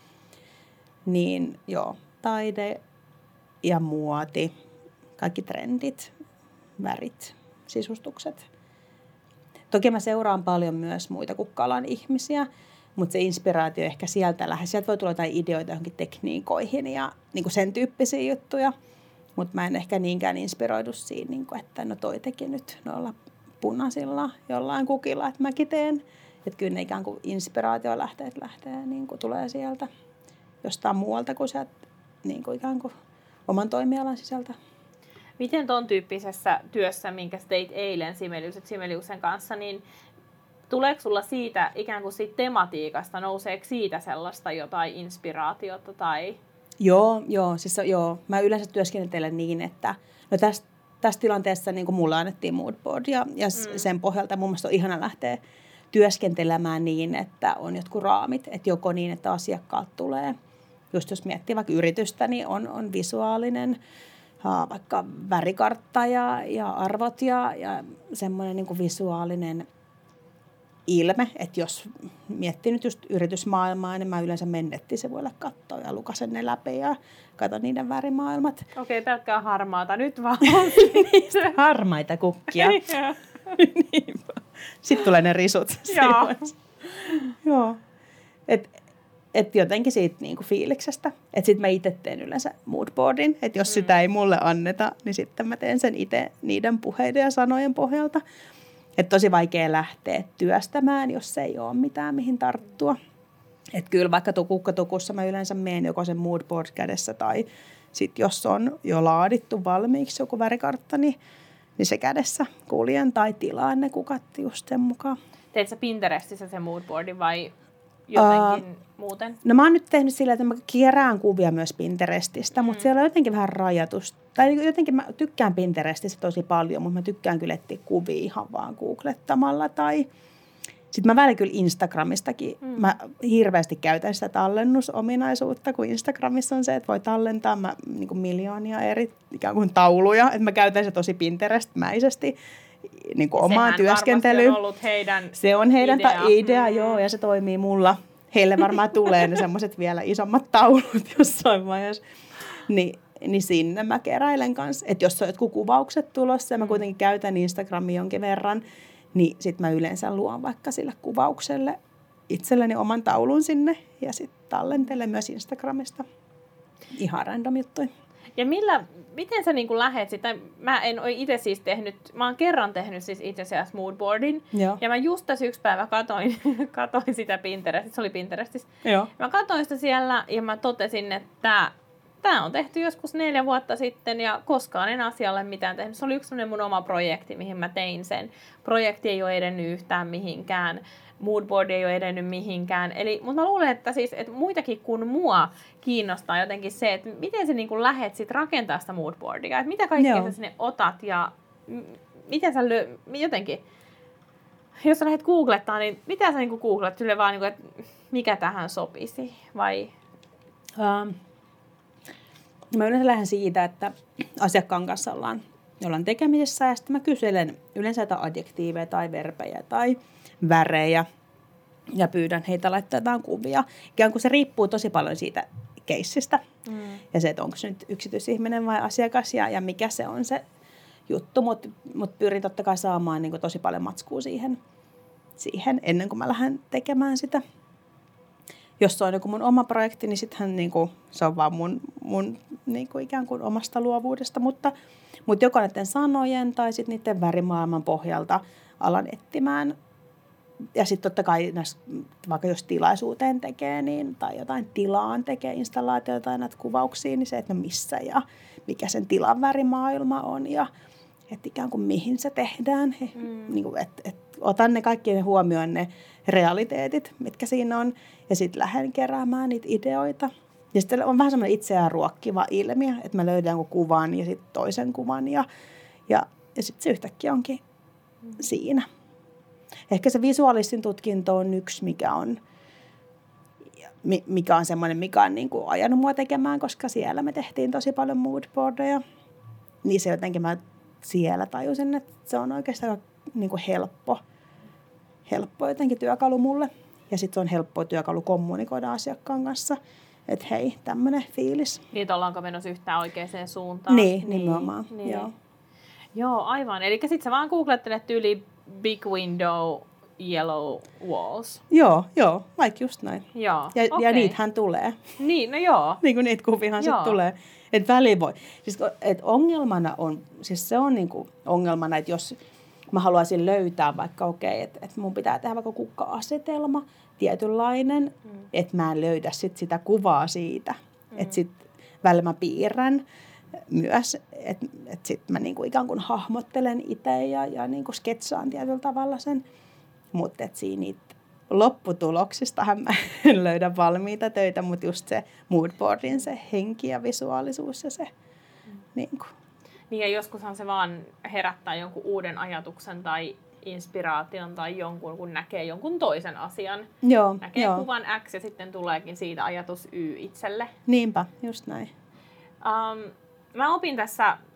Niin joo, taide ja muoti, kaikki trendit, värit, sisustukset. Toki mä seuraan paljon myös muita kukka-alan ihmisiä, mutta se inspiraatio ehkä sieltä lähes. Sieltä voi tulla jotain ideoita johonkin tekniikoihin ja niin kuin sen tyyppisiä juttuja. Mutta mä en ehkä niinkään inspiroidu siinä, niin kuin, että no toi teki nyt noilla punaisilla jollain kukilla, että mäkin teen. Että kyllä ne ikään kuin inspiraatiolähteet lähtee, niin kuin tulee sieltä jostain muualta kuin sieltä niin kuin ikään kuin oman toimialan sisältä. Miten ton tyyppisessä työssä, minkä teit eilen Sibelius Sibeliuksen kanssa, niin tuleeko sulla siitä ikään kuin siitä tematiikasta, nouseeko siitä sellaista jotain inspiraatiota tai? Joo, joo, siis joo. Mä yleensä työskentelen niin, että no tässä, tässä tilanteessa niin kuin mulle annettiin moodboard ja, ja mm. sen pohjalta mun mielestä on ihana lähteä työskentelemään niin, että on jotkut raamit, että joko niin, että asiakkaat tulee, just jos miettii vaikka yritystä, niin on, on visuaalinen, vaikka värikartta ja, ja arvot ja, ja semmoinen niin kuin visuaalinen ilme, että jos miettii nyt just yritysmaailmaa, niin mä yleensä menen nettisivuille katsoa ja lukasen ne läpi ja katson niiden värimaailmat. Okei, okay, pelkkää harmaata. Nyt vaan. Harmaita kukkia. Sitten tulee ne risut. Joo. Joo. Et, et jotenkin siitä niinku fiiliksestä. Että sitten mä itse teen yleensä moodboardin. Että jos mm. sitä ei mulle anneta, niin sitten mä teen sen itse niiden puheiden ja sanojen pohjalta. Että tosi vaikea lähteä työstämään, jos ei ole mitään mihin tarttua. Että kyllä vaikka kukkatukussa mä yleensä menen joko sen moodboard kädessä tai sitten jos on jo laadittu valmiiksi joku värikartta, niin, niin se kädessä kuljen tai tilaan ne kukat just sen mukaan. Teet sä Pinterestissä sen moodboardin vai jotenkin uh, muuten? No mä oon nyt tehnyt sillä, että mä kerään kuvia myös Pinterestistä, mm. mutta siellä on jotenkin vähän rajatus. Tai jotenkin mä tykkään Pinterestissä tosi paljon, mutta mä tykkään kyllä etsiä kuvia ihan vaan googlettamalla. Tai sitten mä välillä kyllä Instagramistakin. Mm. Mä hirveästi käytän sitä tallennusominaisuutta, kun Instagramissa on se, että voi tallentaa mä, niin kuin miljoonia eri ikään kuin tauluja. Että mä käytän se tosi Pinterest-mäisesti niin kuin omaan työskentelyyn. On ollut heidän se on heidän idea, ta- idea mm. joo, ja se toimii mulla. Heille varmaan tulee ne semmoiset vielä isommat taulut jossain vaiheessa. Niin, niin sinne mä keräilen kanssa. Että jos on jotkut kuvaukset tulossa ja mä kuitenkin käytän Instagramia jonkin verran, niin sit mä yleensä luon vaikka sille kuvaukselle itselleni oman taulun sinne ja sitten tallentelen myös Instagramista. Ihan random juttuja. Ja millä, miten sä niin lähet sitä? Mä en ole itse siis tehnyt, mä oon kerran tehnyt siis itse asiassa moodboardin. Joo. Ja mä just tässä yksi päivä katoin, katoin sitä Pinterestissä, se oli Pinterestissä. Joo. Mä katoin sitä siellä ja mä totesin, että tämä on tehty joskus neljä vuotta sitten ja koskaan en asialle mitään tehnyt. Se oli yksi sellainen mun oma projekti, mihin mä tein sen. Projekti ei ole edennyt yhtään mihinkään. Moodboard ei ole edennyt mihinkään. Eli, mutta mä luulen, että, siis, että muitakin kuin mua kiinnostaa jotenkin se, että miten sä niin lähdet sit rakentaa sitä moodboardia. Että mitä kaikkea Joo. sä sinne otat ja m- miten sä lö- jotenkin, jos sä lähdet googlettaa, niin mitä sä niin googlet? Sille vaan, niin kuin, että mikä tähän sopisi vai? Um. Mä yleensä lähden siitä, että asiakkaan kanssa ollaan, ollaan tekemisessä ja sitten mä kyselen yleensä jotain adjektiiveja tai verbejä tai värejä ja pyydän heitä laittaa jotain kuvia. Ikään kuin se riippuu tosi paljon siitä keissistä mm. ja se, että onko se nyt yksityisihminen vai asiakas ja, ja mikä se on se juttu, mutta mut pyrin totta kai saamaan niin kuin tosi paljon matskua siihen, siihen ennen kuin mä lähden tekemään sitä. Jos se on joku mun oma projekti, niin sittenhän niinku, se on vaan mun, mun niinku, ikään kuin omasta luovuudesta. Mutta, mutta joko näiden sanojen tai sitten niiden värimaailman pohjalta alan etsimään. Ja sitten totta kai näissä, vaikka jos tilaisuuteen tekee niin, tai jotain tilaan tekee, installaatioita tai näitä kuvauksia, niin se, että no missä ja mikä sen tilan värimaailma on ja että ikään kuin mihin se tehdään. Mm. Niin kuin, et, et, otan ne kaikki ne huomioon, ne realiteetit, mitkä siinä on, ja sitten lähden keräämään niitä ideoita. Ja sitten on vähän semmoinen itseään ruokkiva ilmiö, että mä löydän jonkun kuvan ja sitten toisen kuvan, ja, ja, ja sitten se yhtäkkiä onkin mm. siinä. Ehkä se visuaalistin tutkinto on yksi, mikä on, mikä on semmoinen, mikä on niin kuin ajanut mua tekemään, koska siellä me tehtiin tosi paljon moodboardeja. Niin se jotenkin mä siellä tajusin, että se on oikeastaan niin kuin helppo, helppo jotenkin työkalu mulle. Ja sitten se on helppo työkalu kommunikoida asiakkaan kanssa, että hei, tämmöinen fiilis. Niin, ollaanko menossa yhtään oikeaan suuntaan? Niin, niin nimenomaan. Niin. Joo. Joo, aivan. Eli sitten sä vaan googlettelet tyyli big window, yellow walls. Joo, joo, vaikka just näin. Joo, ja, okay. ja niitähän tulee. Niin, no joo. niin kuin niitä kuvihan sitten tulee. Että väliin voi. Siis, et ongelmana on, siis se on niinku ongelmana, että jos mä haluaisin löytää vaikka okei, okay, että et mun pitää tehdä vaikka kukka-asetelma, tietynlainen, mm. että mä en löydä sit sitä kuvaa siitä. Mm. Että sit välillä mä piirrän myös, että et sit mä niinku ikään kuin hahmottelen itse ja, ja niinku sketsaan tietyllä tavalla sen. Mutta että siinä niitä lopputuloksistahan mä en löydä valmiita töitä, mutta just se moodboardin, se henki ja visuaalisuus ja se mm. niin kuin. Niin ja joskushan se vaan herättää jonkun uuden ajatuksen tai inspiraation tai jonkun, kun näkee jonkun toisen asian. Joo, näkee joo. kuvan X ja sitten tuleekin siitä ajatus Y itselle. Niinpä, just näin. Um, mä opin tässä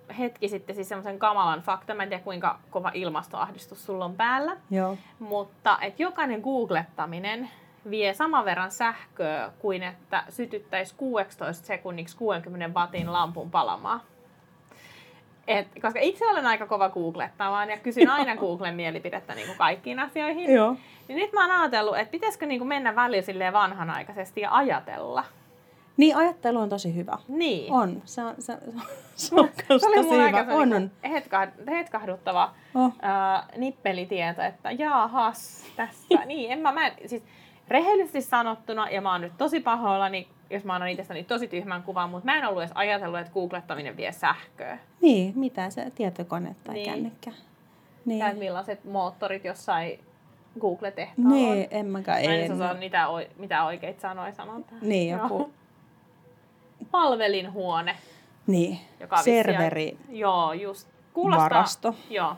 hetki sitten siis semmoisen kamalan fakta. Mä en tiedä, kuinka kova ilmastoahdistus sulla on päällä. Joo. Mutta että jokainen googlettaminen vie saman verran sähköä kuin että sytyttäisi kuusitoista sekunniksi kuudenkymmenen watin lampun palamaan. Et, koska itse olen aika kova googlettamaan ja kysyn aina Googlen mielipidettä niin kuin kaikkiin asioihin. Joo. Niin nyt mä oon ajatellut, että pitäisikö niin kuin mennä välillä silleen vanhanaikaisesti ja ajatella. Niin, ajattelu on tosi hyvä. Niin. On. Se on, se, se on se oli tosi hyvä. aika On, on. hetkahduttava Oh. ää, nippelitieto, että jaahas, tässä. niin, en mä, mä en, siis rehellisesti sanottuna, ja mä oon nyt tosi pahoillani, jos mä annan itsestäni tosi tyhmän kuvan, mutta mä en ollut edes ajatellut, että googlettaminen vie sähköä. Niin, mitä se tietokone tai Niin. kännykkä. Niin. Tai millaiset moottorit jossain Google-tehtaalla Niin, on. en mäkään. Mä en en. osaa mitä, mitä oikeita sanoja sanotaan. Niin, joku. Joo. Palvelinhuone. Niin, Joka vissiin- serveri. Joo, just. Kuulostaa... Varasto. Joo.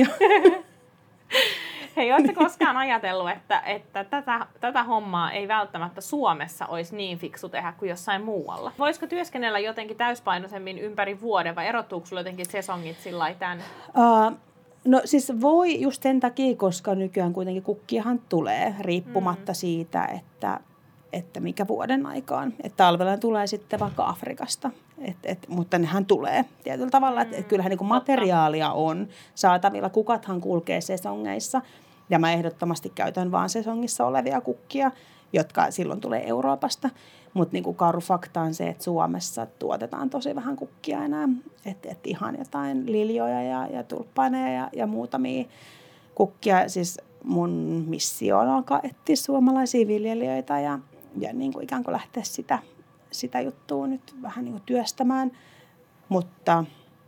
Hei, ootko koskaan ajatellut, että, että tätä, tätä hommaa ei välttämättä Suomessa olisi niin fiksu tehdä kuin jossain muualla? Voisiko työskennellä jotenkin täyspainoisemmin ympäri vuoden vai erottuuko sulla jotenkin sesongit sillä lailla tämän? Uh, no siis voi just sen takia, koska nykyään kuitenkin kukkiahan tulee riippumatta mm. siitä, että, että mikä vuoden aikaan. Että talvella tulee sitten vaikka Afrikasta, et, et, mutta nehän tulee tietyllä tavalla. Mm. Että et kyllähän niinku materiaalia on saatavilla. Kukathan kulkee sesongeissa ja mä ehdottomasti käytän vaan sesongissa olevia kukkia, jotka silloin tulee Euroopasta. Mutta niinku karu fakta on se, että Suomessa tuotetaan tosi vähän kukkia enää. Että et ihan jotain liljoja ja, ja tulppaaneja ja, ja muutamia kukkia. Siis mun missio on alkaa etsiä suomalaisia viljelijöitä ja, ja niinku ikään kuin lähteä sitä, sitä juttua nyt vähän niinku työstämään. Mutta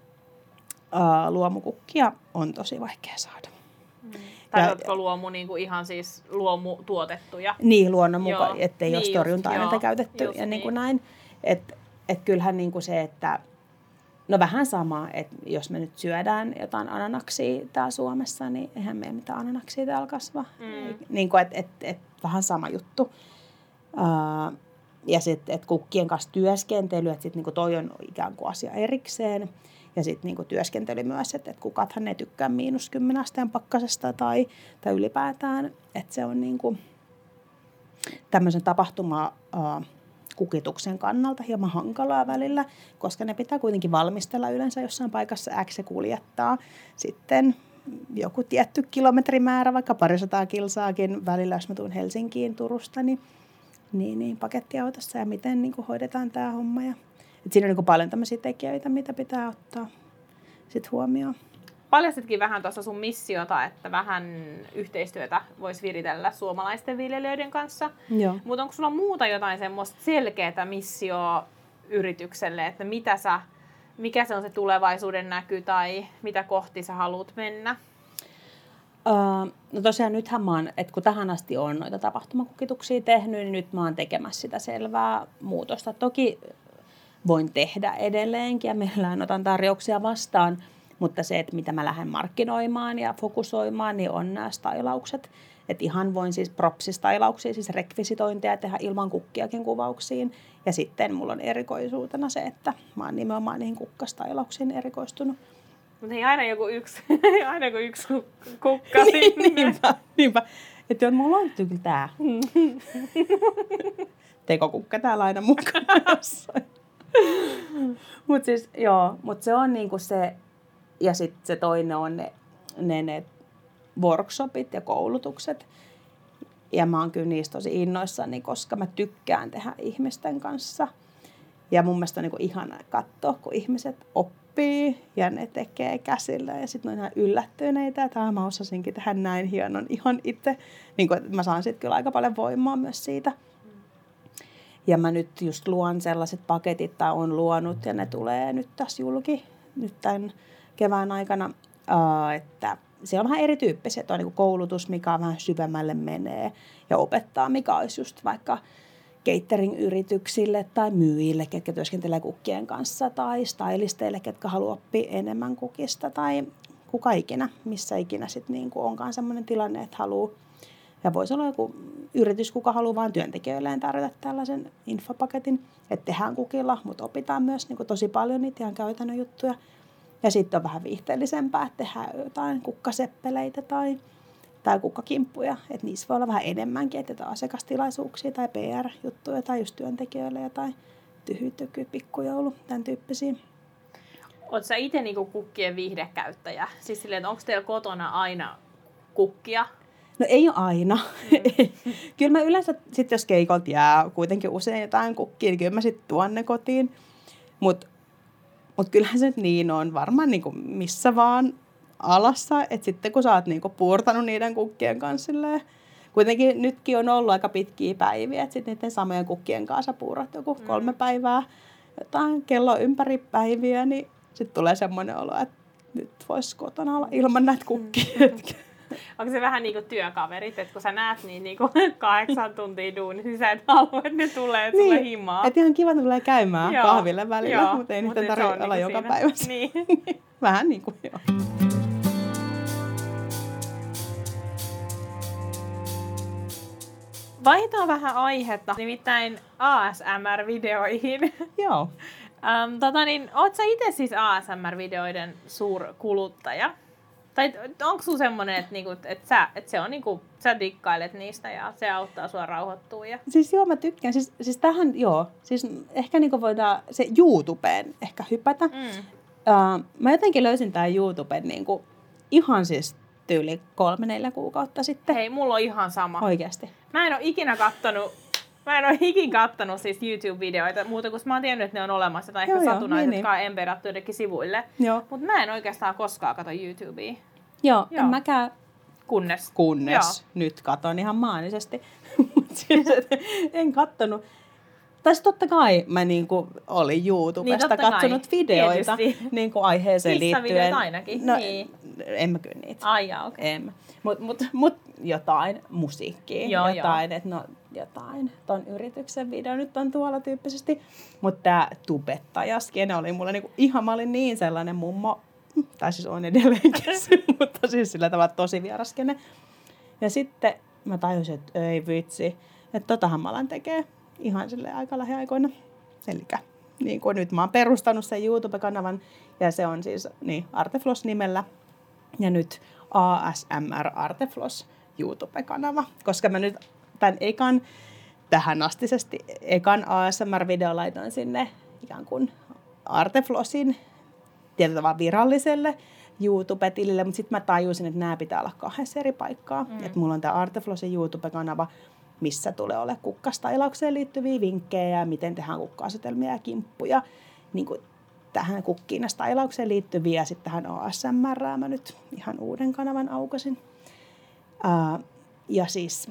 ää, luomukukkia on tosi vaikea saada. Mm. Tai oletko luomu niin kuin ihan siis luomu tuotettuja? Niin, luonnon mukaan, ettei niin ole torjunta-aineita just, käytetty just ja niin kuin niin. näin. Että et kyllähän niin kuin se, että no vähän sama, että jos me nyt syödään jotain ananaksia täällä Suomessa, niin eihän meillä mitään ananaksia täällä kasva. Mm. Niin kuin, että et, et, vähän sama juttu. Uh, ja sitten, että kukkien kanssa työskentely, että sitten niin kuin toi on ikään kuin asia erikseen. Ja sitten niinku työskentely myös, että et kukathan ne tykkää miinus kymmenen asteen pakkasesta tai, tai ylipäätään. Että se on niinku tämmöisen tapahtuma uh, kukituksen kannalta hieman hankalaa välillä, koska ne pitää kuitenkin valmistella yleensä jossain paikassa X ja kuljettaa sitten joku tietty kilometrimäärä, vaikka parisataa kilsaakin välillä, jos mä tuun Helsinkiin Turusta, niin, niin, niin pakettiautossa ja miten niinku hoidetaan tämä homma. Ja et siinä on niin kuin paljon tämmöisiä tekijöitä, mitä pitää ottaa sit huomioon. Paljastitkin vähän tuossa sun missiota, että vähän yhteistyötä voisi viritellä suomalaisten viljelijöiden kanssa. Mutta onko sulla muuta jotain semmoista selkeää missioa yritykselle, että mitä sä, mikä se on se tulevaisuuden näky tai mitä kohti sä haluat mennä? Uh, no tosiaan nythän mä oon, että kun tähän asti on noita tapahtumakukituksia tehnyt, niin nyt mä oon tekemässä sitä selvää muutosta. Toki voin tehdä edelleenkin ja mielellään otan tarjouksia vastaan, mutta se, että mitä mä lähden markkinoimaan ja fokusoimaan, niin on nämä stylaukset. Että ihan voin siis propsistylauksia, siis rekvisitointeja tehdä ilman kukkiakin kuvauksiin. Ja sitten mulla on erikoisuutena se, että mä oon nimenomaan niihin kukkastylauksiin erikoistunut. Mutta ei aina joku yksi, aina joku yksi kukka sinne. niinpä, niinpä. Että mulla on kyllä tää. Tekokukka täällä aina mukana jossain. Mutta siis, joo, mut se on niinku se, ja sitten se toinen on ne, ne, ne workshopit ja koulutukset. Ja mä oon kyllä niistä tosi innoissani, koska mä tykkään tehdä ihmisten kanssa. Ja mun mielestä on niinku ihana katsoa, kun ihmiset oppii ja ne tekee käsillä. Ja sitten ne on ihan yllättyneitä, että mä osasinkin tehdä näin hienon ihan itse. Niin kun, mä saan sitten kyllä aika paljon voimaa myös siitä. Ja mä nyt just luon sellaiset paketit, tai on luonut, ja ne tulee nyt tässä julki, nyt tämän kevään aikana, että siellä on vähän erityyppisiä, että on niin kuin koulutus, mikä on vähän syvemmälle menee, ja opettaa, mikä olisi just vaikka catering-yrityksille tai myyjille, ketkä työskentelee kukkien kanssa, tai stylisteille, ketkä haluaa oppia enemmän kukista, tai kuka ikinä, missä ikinä sitten niin kuin onkaan sellainen tilanne, että haluaa. Ja voisi olla joku yritys, kuka haluaa vain työntekijöilleen tarjota tällaisen infopaketin, että tehdään kukilla, mutta opitaan myös niin kuin tosi paljon niitä ihan käytännön juttuja. Ja sitten on vähän viihteellisempää, että tehdään jotain kukkaseppeleitä tai, tai kukkakimppuja. Että niissä voi olla vähän enemmänkin, että jotain asiakastilaisuuksia tai P R-juttuja tai just työntekijöille jotain tyhytyky, pikkujoulu, tämän tyyppisiä. Oletko sä itse niinku kukkien viihdekäyttäjä? Siis silleen, että onko teillä kotona aina kukkia? No ei ole aina. Mm. Kyllä mä yleensä, sit jos keikolta jää kuitenkin usein jotain kukkia, niin kyllä mä sitten tuon ne kotiin. Mutta mut kyllähän se nyt niin on varmaan niinku missä vaan alassa, että sitten kun sä oot niinku puurtanut niiden kukkien kanssa silleen, kuitenkin nytkin on ollut aika pitkiä päiviä, että sitten niiden samojen kukkien kanssa puurat joku mm. kolme päivää, jotain kello ympäri päiviä, niin sitten tulee semmoinen olo, että nyt voisi kotona olla ilman näitä kukkia. Mm. Onko se vähän niin kuin työkaverit, että kun sä näet niin, niin kuin kahdeksan tuntia duunissa, niin sä et halua, että ne tulee niin, sulle himaa. Että ihan kiva, että tulee käymään joo, kahville välillä, joo, mutta ei mutta niitä tarvitse olla niin joka siinä. päivä. Niin. Vähän niin kuin joo. Vaihdetaan vähän aihetta, nimittäin A S M R-videoihin. Joo. um, tota niin, oot sä itse siis A S M R-videoiden suurkuluttaja? Tai onko sulla semmoinen, että, niinku, että, sä, että se on niinku, sä dikkailet niistä ja se auttaa sua rauhoittua? Ja... Siis joo, mä tykkään. Siis, siis tähän, joo. Siis ehkä niinku voidaan se YouTubeen ehkä hypätä. Mm. Uh, mä jotenkin löysin tää YouTuben niinku ihan siis tyyli kolme, neljä kuukautta sitten. Hei, mulla on ihan sama. Oikeasti. Mä en oo ikinä kattonut, mä en oo ikinä kattonut siis YouTube-videoita muuta, kun mä oon tiennyt, että ne on olemassa tai ehkä satunaiset, niin, jotka on empedattu jotenkin sivuille. Mutta mä en oikeastaan koskaan katso YouTubea. Joo, Joo. en mäkään. Kunnes. Kunnes. Joo. Nyt katon ihan maanisesti. siis, en kattonut. Tai totta kai mä niinku olin YouTubesta niin, katsonut kai. videoita niinku aiheeseen liittyen. Kissavideot ainakin. No, niin. En mä kyllä niitä. Ai jaa, okei. Okay. Mut, mut, mut jotain musiikkia, joo, jotain, että no jotain. Ton yrityksen video nyt on tuolla tyyppisesti. Mutta tää tubettajaskene oli mulle niinku ihan, mä olin niin sellainen mummo, tai siis on edelleenkin, mutta siis sillä tavalla tosi vieraskene. Ja sitten mä tajusin, että ei vitsi, että totahan mä alan tekee ihan silleen aika lähiaikoina. Elikkä niin kuin nyt mä oon perustanut sen YouTube-kanavan, ja se on siis niin, Artefloss nimellä. Ja nyt A S M R Artefloss YouTube-kanava, koska mä nyt tämän ekan, tähän astisesti ekan A S M R-video laitoin sinne ikään kuin Arteflossin tietyllä tavalla viralliselle YouTube-tilille, mutta sitten mä tajusin, että nämä pitää olla kahdessa eri paikkaa. Mm. Että mulla on tämä Arteflossin YouTube-kanava, missä tulee olemaan kukkastailaukseen liittyviä vinkkejä, miten tehdään kukka-asetelmia ja kimppuja, niin kuin tähän kukkiin ja stailaukseen liittyviä, ja sitten tähän A S M R:ään mä nyt ihan uuden kanavan aukasin. Uh, ja siis,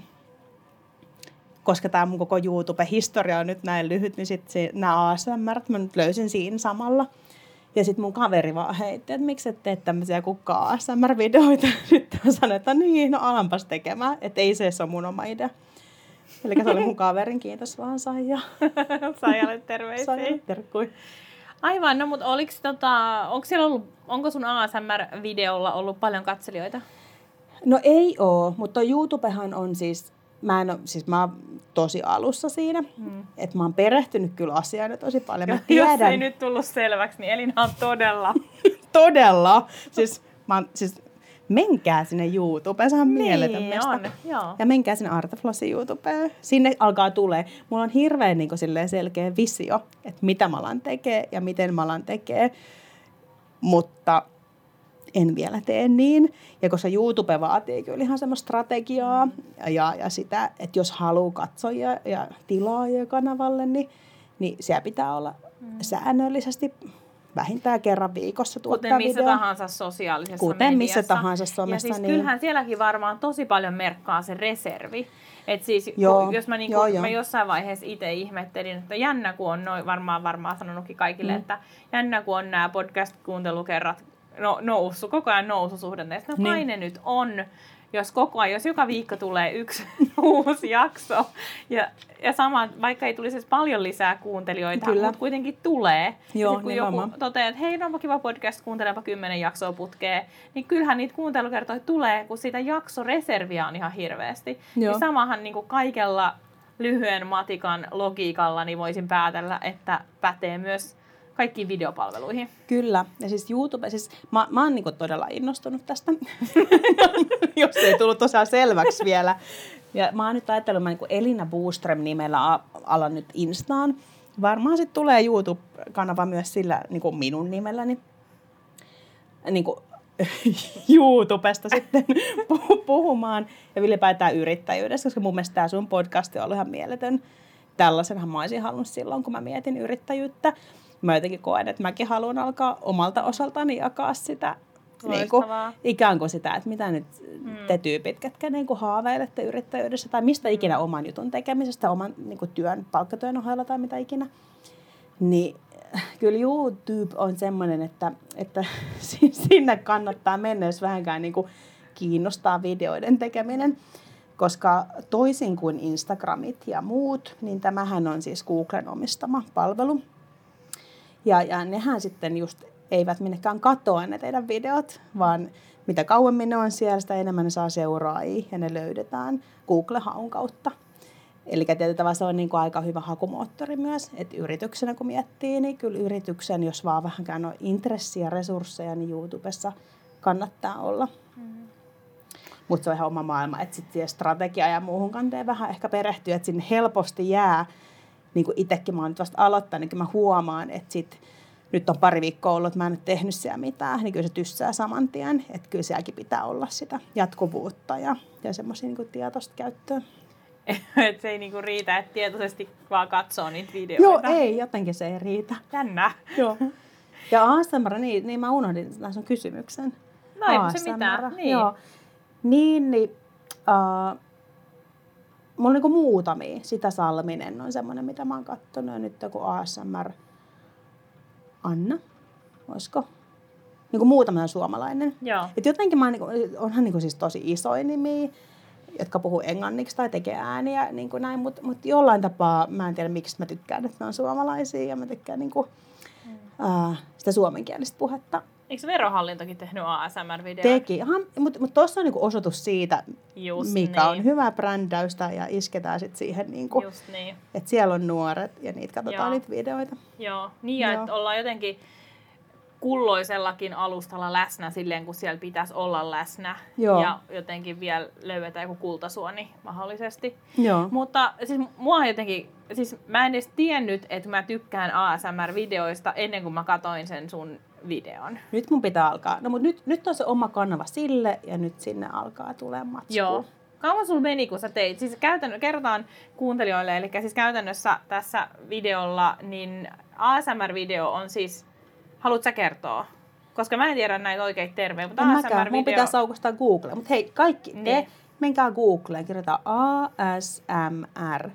koska tämä mun koko YouTube-historia on nyt näin lyhyt, niin sitten nämä A S M R:t mä nyt löysin siinä samalla. Ja sitten mun kaveri vaan heitti, että miksi et tee tämmöisiä kukka A S M R-videoita. Sitten mä sanoin, että niin, no alanpas tekemään, että ei se ole mun oma idea. Eli se oli mun kaverin, kiitos vaan Saija. Saijalle terveisiä. Saijalle terkkui. Aivan, no mutta oliks tota, onko siellä ollut, onko sun A S M R-videolla ollut paljon katselijoita? No ei oo, mutta YouTubehan on siis, mä en oo, siis mä oon tosi alussa siinä, hmm. että mä oon perehtynyt kyllä asiaan tosi paljon. Mä tiedän. Jos ei nyt tullut selväksi, niin Elina on todella. Todella. Siis, mä oon, siis menkää sinne YouTubeen, se on niin, mieletön mesta. On, joo. Ja menkää sinne Arteflossin YouTubeen. Sinne alkaa tulee. Mulla on hirveän niin kuin, selkeä visio, että mitä mä alan tekee ja miten mä alan tekee. Mutta en vielä tee niin. Ja koska YouTube vaatii kyllä ihan semmoista strategiaa ja, ja sitä, että jos haluaa katsoja ja tilaajia kanavalle, niin, niin siellä pitää olla mm. säännöllisesti vähintään kerran viikossa tuottaa Kuten missä video. tahansa sosiaalisessa Kuten mediassa. missä tahansa somessa. Ja siis niin... kyllähän sielläkin varmaan tosi paljon merkkaa se reservi. Et siis joo, jos mä, niinku, joo, joo. mä jossain vaiheessa itse ihmettelin, että jännä kun on, noin varmaan varmaan sanonutkin kaikille, mm. että jännä kun on nämä podcast-kuuntelukerrat no, noussut, koko ajan noususuhdanteessa. No kai niin. Ne nyt on, jos koko ajan, jos joka viikko tulee yksi uusi jakso, ja, ja sama, vaikka ei tulisi edes paljon lisää kuuntelijoita, Kyllä. mutta kuitenkin tulee. Joo, ja sit, kun joku toteaa, että hei, no onpa kiva podcast, kuuntelepa kymmenen jaksoa putkeen, niin kyllähän niitä kuuntelukertoja tulee, kun sitä jaksoreserviä on ihan hirveästi. Joo. Ja samahan niin kuin kaikella lyhyen matikan logiikalla niin voisin päätellä, että pätee myös kaikkiin videopalveluihin. Kyllä. Ja siis YouTube, siis mä, mä oon niinku todella innostunut tästä, jos ei tullut tosiaan selväksi vielä. Ja mä oon nyt ajatellut, että mä niin Elina Booström nimellä alan nyt Instaan. Varmaan sitten tulee YouTube-kanava myös sillä niin kuin minun nimelläni. Niin kuin YouTubesta sitten puhumaan ja ylipäätään yrittäjyydestä, koska mun mielestä tämä sun podcast on ollut ihan mieletön. Tällaisenhan mä olisin halunnut silloin, kun mä mietin yrittäjyyttä. Mä jotenkin koen, että mäkin haluan alkaa omalta osaltani jakaa sitä niin kuin, ikään kuin sitä, että mitä nyt hmm. te tyypit, ketkä niin kuin haaveilette yrittäjyydessä tai mistä ikinä oman jutun tekemisestä, oman niin kuin työn, palkkatyön ohella tai mitä ikinä. Niin kyllä YouTube on semmoinen, että, että sinne kannattaa mennä, jos vähänkään niin kuin kiinnostaa videoiden tekeminen. Koska toisin kuin Instagramit ja muut, niin tämähän on siis Googlen omistama palvelu. Ja, ja nehän sitten just eivät minnekään katoa ne teidän videot, vaan mitä kauemmin ne on siellä, sitä enemmän ne saa seuraajia ja ne löydetään Google-haun kautta. Eli tietyllä tavalla se on niin kuin aika hyvä hakumoottori myös, että yrityksenä kun miettii, niin kyllä yrityksen, jos vaan vähänkään on intressiä ja resursseja, niin YouTubessa kannattaa olla. Mm-hmm. Mutta se on ihan oma maailma, että sitten strategia ja muuhun kanteen vähän ehkä perehtyy, että sinne helposti jää, niin kuin itsekin mä oon nyt vasta aloittanut, niin mä huomaan, että sit, nyt on pari viikkoa ollut, että mä en ole tehnyt siellä mitään, niin kyllä se tyssää saman tien, että kyllä sielläkin pitää olla sitä jatkuvuutta ja, ja semmoisia niin kuin tietoista käyttöä. Että se ei niinku riitä, että tietoisesti vaan katsoo niitä videoita. Joo, ei, jotenkin se ei riitä. Jännä. Joo. Ja A S M R, niin, niin mä unohdin sun kysymyksen. No ei se mitään. Niin. Joo. Niin, niin uh, mulla on niinku muutamia. Sitä Salminen on semmoinen, mitä mä oon kattonut. Ja nyt joku A S M R Anna, olisiko? Niinku muutama suomalainen. Joo. Et jotenkin mä oon, niinku, onhan niinku siis tosi isoja nimiä, jotka puhuu englanniksi tai tekee ääniä, niin kuin näin, mutta mut jollain tapaa, mä en tiedä miksi mä tykkään, että ne on suomalaisia ja mä tykkään niin kuin, mm. uh, sitä suomenkielistä puhetta. Eikö Verohallintokin tehnyt A S M R-videoita? Teki, mutta mut tuossa on niin kuin osoitus siitä, Just mikä niin. on hyvää brändäystä ja isketään sitten siihen, niin kuin, niin. että siellä on nuoret ja niitä katsotaan Joo. niitä videoita. Joo, niin ja että ollaan jotenkin kulloisellakin alustalla läsnä silleen, kun siellä pitäisi olla läsnä. Joo. Ja jotenkin vielä löydetään joku kultasuoni mahdollisesti. Joo. Mutta siis mua jotenkin, siis mä en edes tiennyt, että mä tykkään A S M R-videoista ennen kuin mä katoin sen sun videon. Nyt mun pitää alkaa. No mutta nyt, nyt on se oma kanava sille ja nyt sinne alkaa tulemaan matskua. Joo. Kauan sulla meni, kun sä teit? Siis käytännö, kerrotaan kuuntelijoille, eli siis käytännössä tässä videolla, niin A S M R-video on siis, haluatko sä kertoa? Koska mä en tiedä näitä oikeita termejä, mutta en A S M R-video... Mun pitää saukostaa Googlea. Mutta hei, kaikki niin. te, menkää Googleen, kirjoitetaan A S M R,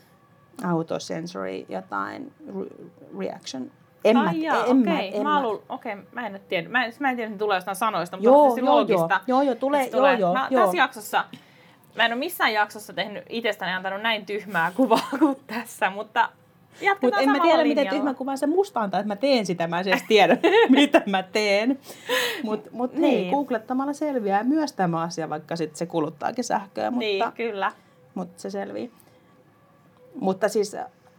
autosensory jotain, re- reaction. En Ai mä, jaa, en okei. mä, en mä, mä. Luul, okei, mä en nyt tiedä. Mä en, mä en tiedä, että tulee jostain sanoista, mutta Joo, on siis joo, loogista. joo, joo, tulee, joo, tulee. joo, Mä, joo. Tässä jaksossa, mä en ole missään jaksossa tehnyt itsestäni antanut näin tyhmää kuvaa kuin tässä, mutta jatketaan Mutta en mä tiedä, linjalla. Miten tyhmä kuva se musta antaa, että mä teen sitä. Mä en edes tiedä, mitä mä teen. Mutta mut niin. Hei, googlettamalla selviää myös tämä asia, vaikka sit se kuluttaakin sähköä. Mutta, niin, kyllä. Mutta se selvii. Mutta siis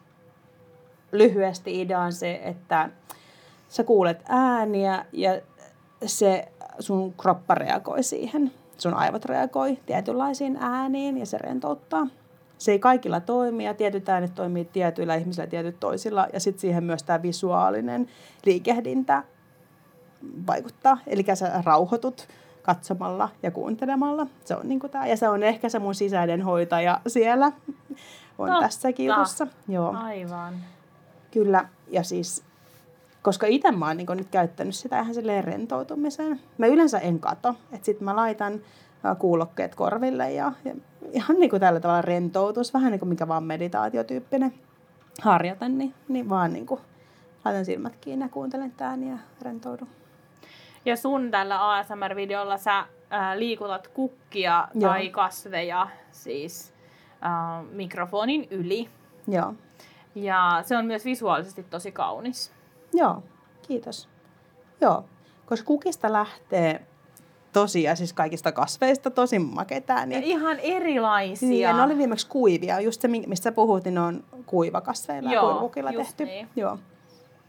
lyhyesti idea on se, että sä kuulet ääniä ja se sun kroppa reagoi siihen. Sun aivot reagoi tietynlaisiin ääniin ja se rentouttaa. Se ei kaikilla toimi ja tietyt äänet toimii tietyillä ihmisillä ja tietyt toisilla. Ja sitten siihen myös tämä visuaalinen liikehdintä vaikuttaa. Eli sä rauhoitut katsomalla ja kuuntelemalla. Se on niinku tää. Ja se on ehkä se mun sisäinen hoitaja siellä. On Totta. tässäkin jutussa. Joo. Aivan. Kyllä. Ja siis, koska itse mä oon niin nyt käyttänyt sitä ihan silleen rentoutumiseen. Mä yleensä en kato. Että sit mä laitan kuulokkeet korville ja, ja ihan niin kuin tällä tavalla rentoutus. Vähän niin kuin mikä vaan meditaatiotyyppinen harjoite. Niin, niin vaan niin kuin laitan silmät kiinni ja kuuntelen ääniä ja rentoudun. Ja sun tällä A S M R-videolla sä ää, liikutat kukkia Joo. tai kasveja siis ää, mikrofonin yli. Joo. Ja se on myös visuaalisesti tosi kaunis. Joo, kiitos. Joo, koska kukista lähtee tosia, siis kaikista kasveista tosi makeita ääniä. Ja ihan erilaisia. Niin, ja ne oli viimeksi kuivia. Just se, mistä sä puhut, niin ne on kuivakasveilla ja kuivakukilla tehty. Niin. Joo.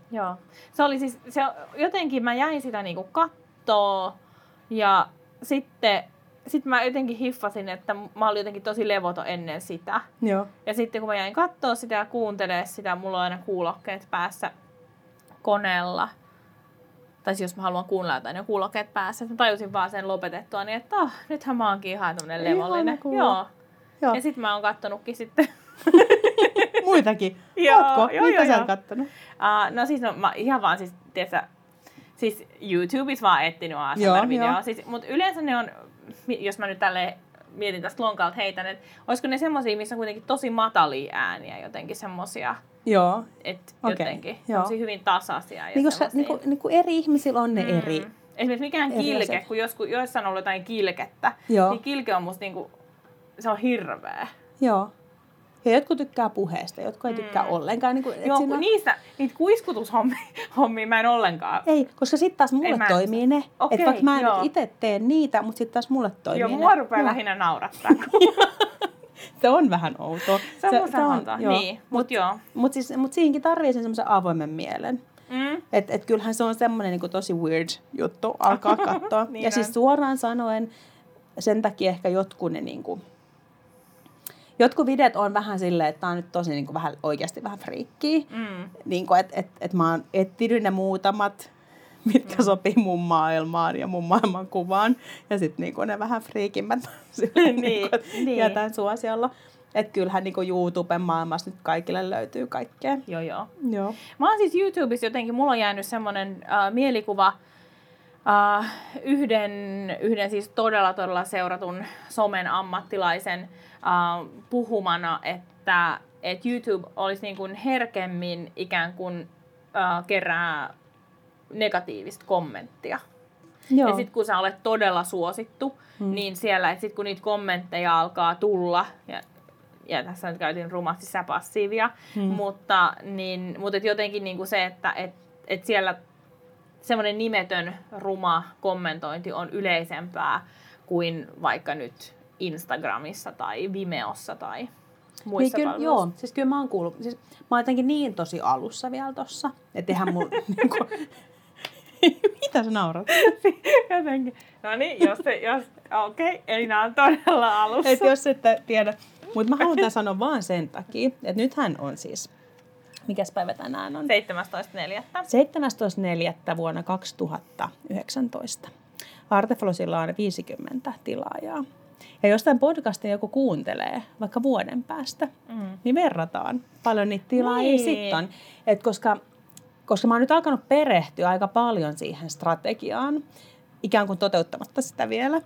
Joo. Se oli siis, se, jotenkin mä jäin sitä niinku kattoo ja sitten sit mä jotenkin hiffasin, että mä olin jotenkin tosi levoton ennen sitä. Joo. Ja sitten kun mä jäin kattoo sitä ja kuuntelee sitä, mulla on aina kuulokkeet päässä koneella. Tai siis jos mä haluan kuunnella jotain, niin kuulokkeet päässä. Mä tajusin vaan sen lopetettua, niin että oh, nythän mä oonkin ihan tämmönen levollinen. Joo. Joo. Ja sit mä oon kattonutkin sitten. Muitakin? Joo, Ootko? joo, Mitä joo, sä joo. oot kattonut? Uh, no siis no, mä ihan vaan siis, tiedätkö, siis YouTubessa vaan etsinyt A S Joo, M-videoa. joo. Siis, mutta yleensä ne on, jos mä nyt tälleen mietin tästä lonkalta heitän, että olisiko ne semmosia, missä on kuitenkin tosi matalia ääniä, jotenkin semmosia, Joo. että Okei, jotenkin joo. semmosia hyvin tasaisia. Ja Niin, koska niin kuin, niin kuin eri ihmisillä on ne mm. eri. Esimerkiksi mikään erilaiset. kilke, kun joskus, joissain on ollut jotain kilkettä, Joo. niin kilke on musta niinku, se on hirveä. Joo. Ja jotkut tykkää puheesta, jotkut ei tykkää mm. ollenkaan. Niin kuin, et Joo, siinä... kun niistä, niitä kuiskutushommia mä en ollenkaan. Ei, koska sitten taas mulle mä toimii ne. Okei, että vaikka mä en joo. itse tee niitä, mutta sitten taas mulle toimii Joo, ne. mua rupeaa Joo. lähinnä naurattaa. Se on vähän outoa. Se on musta outoa, niin. Mut, Mut, joo. Mut, siis, mut siihenkin tarvii sen semmoisen avoimen mielen. Mm. Että et kyllähän se on semmoinen niinku tosi weird juttu alkaa katsoa. Niin ja on. siis suoraan sanoen, sen takia ehkä jotkut ne niinku... Jotkut videot on vähän silleen, että tää on nyt tosi niinku vähän, oikeasti vähän friikkiä. Mm. Niinku, että et, et mä oon etsinyt ne muutamat, mitkä mm. sopii mun maailmaan ja mun maailman kuvaan. Ja sitten niinku ne vähän friikimmät silleen, Niin, niinku, niin. jätän suosiolla. Että kyllähän niinku YouTuben maailmassa nyt kaikille löytyy kaikkea. Joo, joo. Joo. Mä oon siis YouTubessa jotenkin, mulla on jäänyt semmonen äh, mielikuva äh, yhden, yhden siis todella todella seuratun somen ammattilaisen äh, puhumana, että et YouTube olisi niin kuin herkemmin ikään kuin äh, kerää negatiivista kommenttia. Joo. Ja sitten kun sä olet todella suosittu, hmm. niin siellä, että sitten kun niitä kommentteja alkaa tulla, ja, ja tässä nyt käytin rumasti sä passiivia, hmm. mutta, niin, mutta et jotenkin niinku se, että et, et siellä semmoinen nimetön ruma kommentointi on yleisempää kuin vaikka nyt Instagramissa tai Vimeossa tai muissa niin kyllä, palveluissa. joo, siis kyllä mä oon kuullut. Siis, mä oon jotenkin niin tosi alussa vielä tossa, että eihän mun... niinku, mitä sä naurat? Jotenkin. No niin, jos se, jos, okei, okay. Eli nämä on todella alussa. Et jos ette tiedä. Mutta mä haluan tämän sanoa vaan sen takia, että nythän on siis, mikäs päivä tänään on? seitsemästoista neljättä seitsemästoista neljättä vuonna kaksituhattayhdeksäntoista. Arteflosilla on viisikymmentä tilaajaa. Ja jos tämän podcastin joku kuuntelee vaikka vuoden päästä, mm. niin verrataan paljon niitä tilaajia niin. sitten on. Et koska, koska mä oon nyt alkanut perehtyä aika paljon siihen strategiaan, ikään kuin toteuttamatta sitä vielä,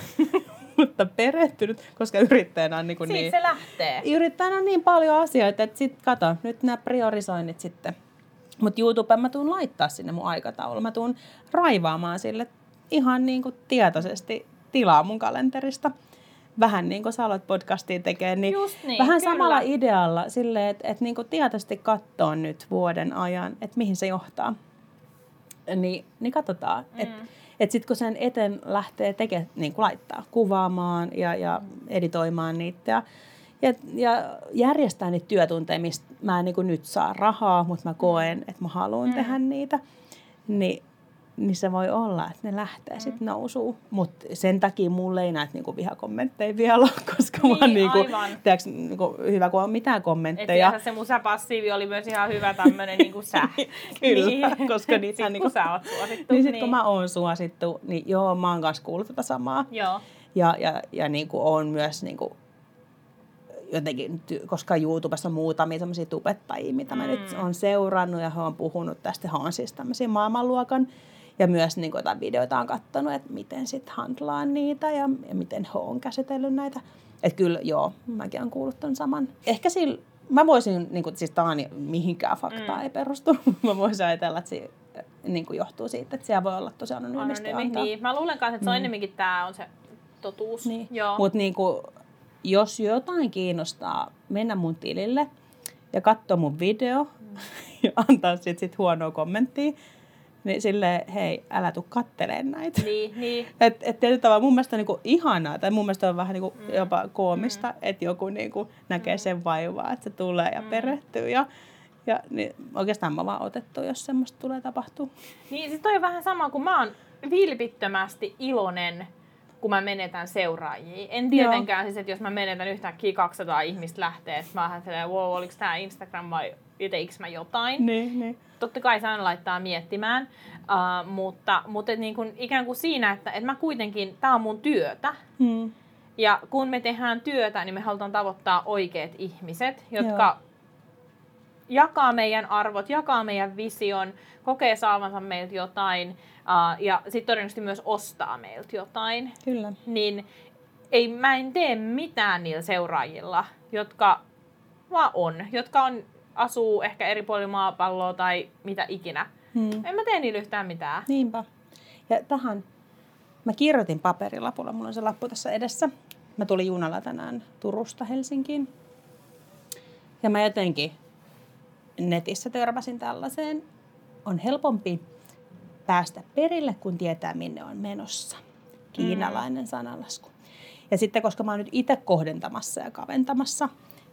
mutta perehtynyt, koska yrittäjänä on niin kuin Siitä niin... se lähtee. Yrittäjänä on niin paljon asioita, että sit kato, nyt nämä priorisoinnit sitten. Mutta YouTubeen mä tuun laittaa sinne mun aikataulu. Mä tuun raivaamaan sille ihan niin kuin tietoisesti tilaa mun kalenterista. Vähän niin kuin sä aloit podcastia tekemään, niin, niin vähän kyllä. samalla idealla silleen, että, että niin kuin tietoisesti katsoo nyt vuoden ajan, että mihin se johtaa. Niin, niin katsotaan. Mm. Että et sitten kun sen eteen lähtee tekemään, niin kuin laittaa, kuvaamaan ja, ja editoimaan niitä ja, ja, ja järjestää niitä työtunteja, mistä mä en niin kuin nyt saa rahaa, mutta mä koen, että mä haluan mm. tehdä niitä, niin, niin se voi olla, että ne lähtee mm. sitten nousuun. Mutta sen takia mulle ei näitä niinku vihakommentteja vielä ole, koska niin, mä oon niinku, tiiäks, niinku, hyvä, kun on mitään kommentteja. Et se musa-passiivi oli myös ihan hyvä tämmönen niinku sä. Kyllä, niin. koska niitä sit, niinku, kun sä oot suosittu. Niin sit niin. kun mä oon suosittu, niin joo, mä oon kanssa kuullut tätä samaa. Joo. Ja, ja, ja niinku oon myös niinku, jotenkin, koska YouTubessa on muutamia sellaisia tubettajia, mitä mm. mä nyt oon seurannut ja he on puhunut tästä, he on siis tämmöisiä maailmanluokan. Ja myös niin kuin jotain videoita on katsonut, että miten sitten handlaan niitä ja, ja miten he on käsitellyt näitä. Että kyllä, joo, mäkin olen kuullut ton saman. Ehkä sillä, mä voisin, niin kuin, siis tämä on mihinkään faktaa mm. ei perustu. Mä voisin ajatella, että se niin kuin johtuu siitä, että siellä voi olla tosi anonyymisti antaa. Niin, mä luulen kanssa, että se on mm. enemmänkin tämä on se totuus. Niin. Mutta niin kuin, jos jotain kiinnostaa mennä mun tilille ja katsoa mun video mm. ja antaa sitten sit huonoa kommenttia, niin silleen, hei, älä tuu katteleen näitä. Niin, niin. Että et tietyllä tavalla mun mielestä on niinku ihanaa, tai mun mielestä on vähän niinku mm. jopa koomista, mm. että joku niinku näkee mm. sen vaivaa, että se tulee ja mm. perehtyy ja, Ja niin oikeastaan mä vaan otettu, jos semmoista tulee tapahtua. Niin, siis toi on vähän sama kuin mä oon vilpittömästi iloinen, kun mä menetän seuraajia. En tietenkään siis, että jos mä menetän yhtäkkiä kaksisataa ihmistä lähtee, että mä ajattelen, wow, oliko tää Instagram vai teikö mä jotain. Niin, niin. Totta kai se aina laittaa miettimään, uh, mutta, mutta et niin kun, ikään kuin siinä, että et mä kuitenkin, tää on mun työtä. Hmm. Ja kun me tehdään työtä, niin me halutaan tavoittaa oikeat ihmiset, jotka Joo. jakaa meidän arvot, jakaa meidän vision, kokee saavansa meiltä jotain uh, ja sitten todennäköisesti myös ostaa meiltä jotain. Kyllä. Niin ei, mä en tee mitään niillä seuraajilla, jotka vaan on, jotka on, asuu ehkä eri puolilla maapalloa tai mitä ikinä. Hmm. En mä tee niillä yhtään mitään. Niinpä. Ja tähän mä kirjoitin paperilapulla, mulla on se lappu tässä edessä. Mä tulin junalla tänään Turusta Helsinkiin. Ja mä jotenkin netissä törmäsin tällaiseen. On helpompi päästä perille, kun tietää, minne on menossa. Kiinalainen mm. sananlasku. Ja sitten, koska mä oon nyt itse kohdentamassa ja kaventamassa,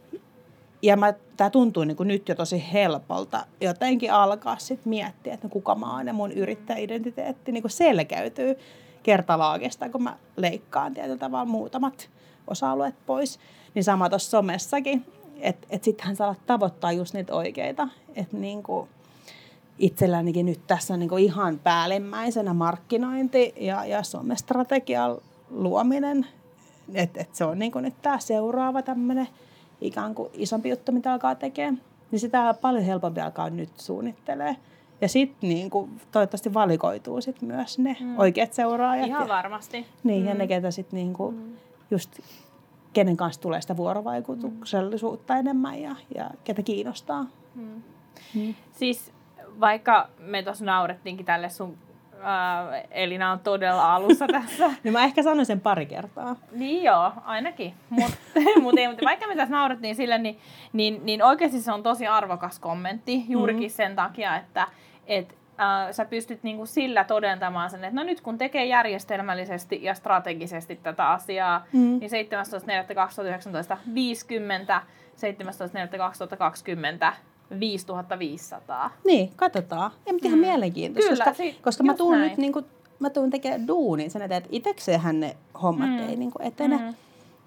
ja mä, tää tuntuu niin kuin nyt jo tosi helpolta jotenkin alkaa sit miettiä, että no kuka mä oon ja mun yrittäjäidentiteetti niin kuin selkäytyy kertalaakista, kun mä leikkaan tietyllä tavalla muutamat osa-alueet pois. Niin sama tuossa somessakin, että et sittenhän sä alat tavoittaa just niitä oikeita. Että niinku itsellänikin nyt tässä on niinku ihan päällimmäisenä markkinointi ja, ja somestrategian luominen. Että et se on niinku nyt tää seuraava tämmönen ikään kuin isompi juttu, mitä alkaa tekemään. Niin sitä paljon helpompi alkaa nyt suunnittelee. Ja sitten niinku, toivottavasti valikoituu sit myös ne mm. oikeat seuraajat. Ihan ja, varmasti. Niin, mm. ja ne, ketä sitten niinku, mm. just kenen kanssa tulee sitä vuorovaikutuksellisuutta mm. enemmän ja, ja ketä kiinnostaa. Mm. Mm. Siis vaikka me tuossa naurettiinkin tälle sun, äh, Elina on todella alussa tässä. Niin mä ehkä sanoin sen pari kertaa. Niin joo, ainakin. Mutta mut ei, mutta vaikka me tässä naurettiin sille, niin, niin, niin oikeasti se on tosi arvokas kommentti juurikin mm. sen takia, että et, äh, sä pystyt niinku sillä todentamaan sen, että no nyt kun tekee järjestelmällisesti ja strategisesti tätä asiaa, mm. niin seitsemästoista neljättä kaksituhattayhdeksäntoista viisikymmentä, seitsemästoista neljättä kaksituhattakaksikymmentä viisituhatta viisisataa. Niin, katsotaan. Ja mutta ihan mm. mielenkiintoista, Kyllä, koska, si- koska mä tuun nyt niinku, mä tuun tekemään duunin sen eteen, että itsekseenhän ne hommat mm. ei niinku etene. Mm.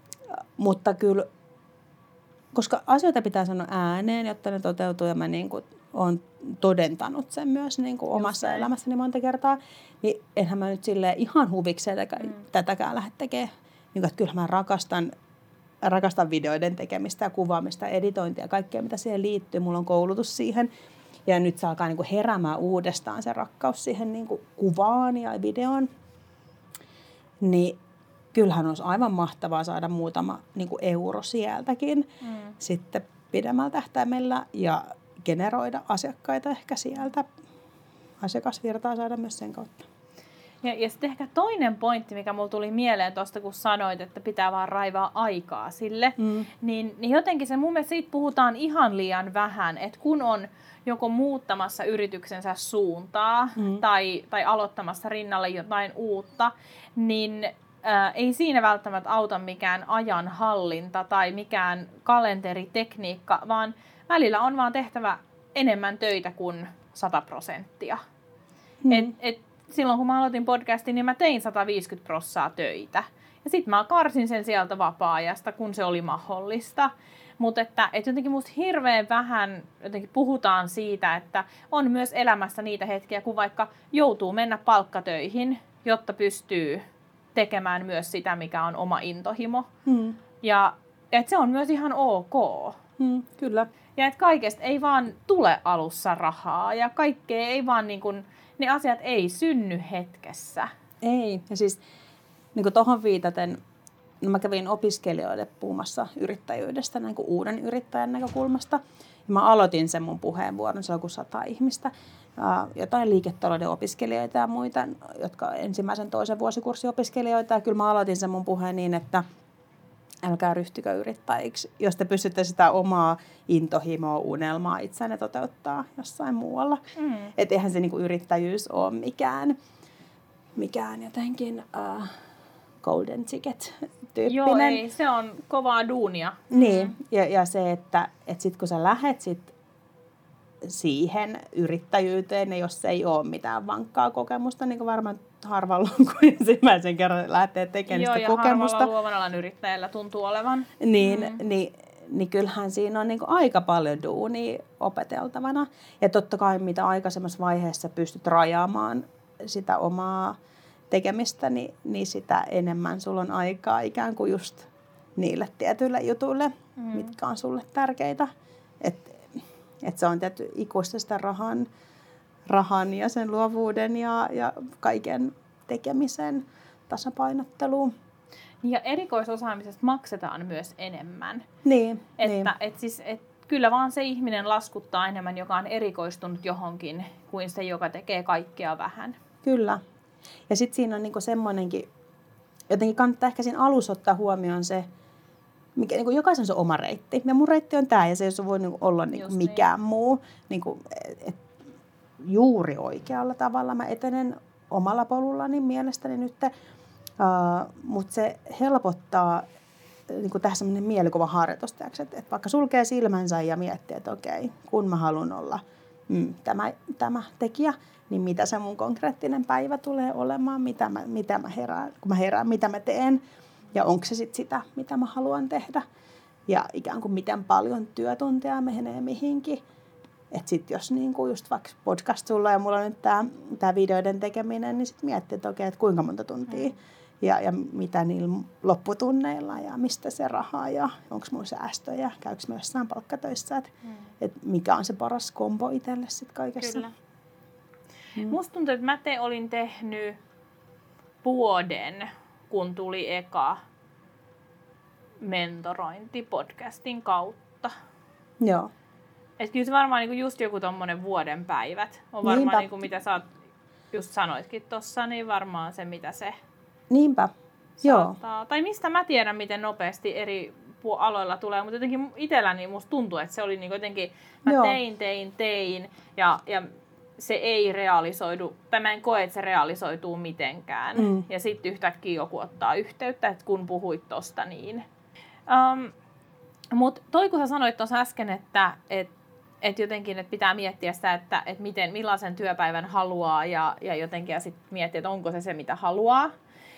Mutta kyllä, koska asioita pitää sanoa ääneen, jotta ne toteutuu ja mä niinku olen todentanut sen myös niin kuin omassa näin. Elämässäni monta kertaa, niin enhän mä nyt silleen ihan huvikseen mm. tätäkään lähde tekemään. Niin, että kyllä mä rakastan, rakastan videoiden tekemistä ja kuvaamista, editointia ja kaikkea, mitä siihen liittyy. Mulla on koulutus siihen. Ja nyt se alkaa niin kuin heräämään uudestaan se rakkaus siihen niin kuin kuvaan ja videoon. Niin kyllähän olisi aivan mahtavaa saada muutama niin kuin euro sieltäkin mm. sitten pidemmällä tähtäimellä ja generoida asiakkaita ehkä sieltä. Asiakasvirtaa saada myös sen kautta. Ja, ja sitten ehkä toinen pointti, mikä mulla tuli mieleen tuosta, kun sanoit, että pitää vaan raivaa aikaa sille, mm. niin, niin jotenkin se mun mielestä siitä puhutaan ihan liian vähän, että kun on joko muuttamassa yrityksensä suuntaa mm. tai, tai aloittamassa rinnalle jotain uutta, niin ää, ei siinä välttämättä auta mikään ajanhallinta tai mikään kalenteritekniikka, vaan välillä on vaan tehtävä enemmän töitä kuin sata prosenttia. Mm. Et, et silloin kun mä aloitin podcastin, niin mä tein sata viisikymmentä prosenttia töitä. Ja sit mä karsin sen sieltä vapaa-ajasta, kun se oli mahdollista. Mutta että et jotenkin musta hirveän vähän jotenkin puhutaan siitä, että on myös elämässä niitä hetkiä, kun vaikka joutuu mennä palkkatöihin, jotta pystyy tekemään myös sitä, mikä on oma intohimo. Mm. Ja että se on myös ihan ok. Mm, kyllä. Ja että kaikesta ei vaan tule alussa rahaa ja kaikkea ei vaan niin kuin, ne asiat ei synny hetkessä. Ei. Ja siis niin kuin tuohon viitaten, no mä kävin opiskelijoille puhumassa yrittäjyydestä niin kuin uuden yrittäjän näkökulmasta. Ja mä aloitin sen mun puheenvuoron, se on kuin sata ihmistä. Jotain liiketalouden opiskelijoita ja muita, jotka ensimmäisen toisen vuosikurssin opiskelijoita. Ja kyllä mä aloitin sen mun puheen niin, että älkää ryhtykö yrittäjiksi, jos te pystytte sitä omaa intohimoa, unelmaa itseänne toteuttaa jossain muualla. Mm. Että eihän se niinku yrittäjyys ole mikään, mikään jotenkin uh, golden ticket-tyyppinen. Joo, ei, se on kovaa duunia. Niin, ja, ja se, että et sit kun sä lähet sit siihen yrittäjyyteen, ja jos ei ole mitään vankkaa kokemusta, niin kuin varmaan harvalla on, kun ensimmäisen kerran lähtee tekemään Joo, sitä ja kokemusta. harvalla luovan alan yrittäjällä tuntuu olevan. Niin, mm. niin, niin kyllähän siinä on niin kuin aika paljon duunia opeteltavana. Ja totta kai mitä aikaisemmassa vaiheessa pystyt rajaamaan sitä omaa tekemistä, niin, niin sitä enemmän sulla on aikaa ikään kuin just niille tietyille jutuille, mm. mitkä on sulle tärkeitä. Että et se on tietty ikuista sitä rahan, rahan ja sen luovuuden ja, ja kaiken tekemisen tasapainotteluun. Ja erikoisosaamisesta maksetaan myös enemmän. Niin. Että niin. Et siis, et kyllä vaan se ihminen laskuttaa enemmän, joka on erikoistunut johonkin, kuin se, joka tekee kaikkea vähän. Kyllä. Ja sitten siinä on niinku semmoinenkin, jotenkin kannattaa ehkä siinä alussa ottaa huomioon se, mikä, niinku jokaisen se oma reitti. Ja mun reitti on tämä, ja se ei voi niinku olla niinku mikään niin. muu. Niinku, et, juuri oikealla tavalla mä etenen omalla polullani mielestäni nyt. Uh, mutta se helpottaa niinku tähän semmoinen mielikuvaharjoitus, että et vaikka sulkee silmänsä ja miettii, että okei, kun mä haluan olla mm, tämä, tämä tekijä, niin mitä se mun konkreettinen päivä tulee olemaan, mitä mä, mitä mä herään, kun mä herään, mitä mä teen, ja onko se sitten sitä, mitä mä haluan tehdä, ja ikään kuin miten paljon työtunteja menee mihinkin. Että sitten jos niinku just vaikka podcast sulla ja mulla on nyt tämä videoiden tekeminen, niin sitten miettii, että okei, että kuinka monta tuntia, mm. ja, ja mitä niillä lopputunneilla, ja mistä se rahaa, ja onko mulla säästöjä, käykö mä jossain palkkatöissä, että mm. et mikä on se paras kombo itselle sitten kaikessa. Kyllä. Mm. Musta tuntuu, että mä te olin tehnyt vuoden, kun tuli eka mentorointi podcastin kautta. Joo. Että kyllä se varmaan niinku just joku tommonen vuoden päivät on varmaan niinku, mitä sä just sanoitkin tossa, niin varmaan se mitä se Niinpä. saattaa. Joo. Tai mistä mä tiedän, miten nopeasti eri aloilla tulee, mutta jotenkin itselläni musta tuntuu, että se oli niinku jotenkin, mä Joo. tein, tein, tein ja, ja se ei realisoidu, tai mä en koe, että se realisoituu mitenkään. Mm. Ja sitten yhtäkkiä joku ottaa yhteyttä, että kun puhuit tosta niin. Um, mutta toi kun sä sanoit tuossa äsken, että et, et jotenkin et pitää miettiä sitä, että et miten, millaisen työpäivän haluaa ja, ja jotenkin ja sitten miettiä, että onko se se mitä haluaa.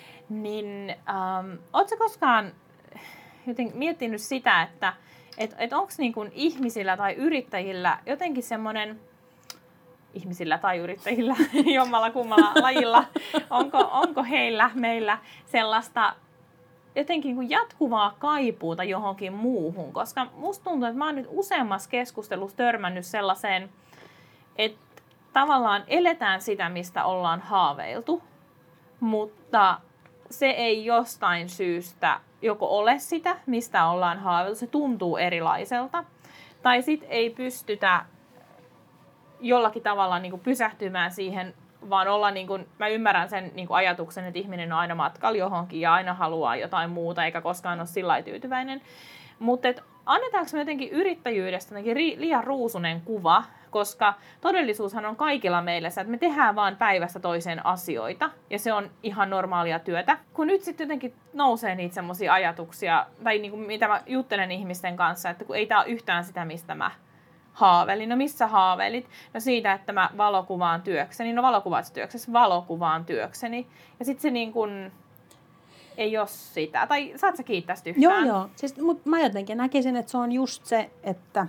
Niin um, ootko koskaan jotenkin miettinyt sitä, että et, et onko niinku ihmisillä tai yrittäjillä jotenkin semmoinen, ihmisillä tai yrittäjillä, jommalla kummalla lajilla, onko, onko heillä, meillä sellaista jotenkin kuin jatkuvaa kaipuuta johonkin muuhun, koska musta tuntuu, että mä oon nyt useammassa keskustelussa törmännyt sellaiseen, että tavallaan eletään sitä, mistä ollaan haaveiltu, mutta se ei jostain syystä joko ole sitä, mistä ollaan haaveiltu, se tuntuu erilaiselta, tai sit ei pystytä jollakin tavalla niin kuin pysähtymään siihen, vaan olla niin kuin, mä ymmärrän sen niin kuin ajatuksen, että ihminen on aina matkalla johonkin ja aina haluaa jotain muuta, eikä koskaan ole sillä lailla tyytyväinen. Mutta annetaanko me jotenkin yrittäjyydestä liian ruusunen kuva, koska todellisuushan on kaikilla meillä se, että me tehdään vaan päivästä toiseen asioita, ja se on ihan normaalia työtä. Kun nyt sitten jotenkin nousee niitä semmoisia ajatuksia, tai niin kuin mitä mä juttelen ihmisten kanssa, että kun ei tää ole yhtään sitä, mistä mä haaveilin. No missä haaveilit? No siitä, että mä valokuvaan työkseni. No valokuvaat työksessä, valokuvaan työkseni. Ja sitten se niin kuin ei ole sitä. Tai saat sä kiittää sitä yhtään? Joo, joo. Siis, mutta mä jotenkin näkisin, että se on just se, että,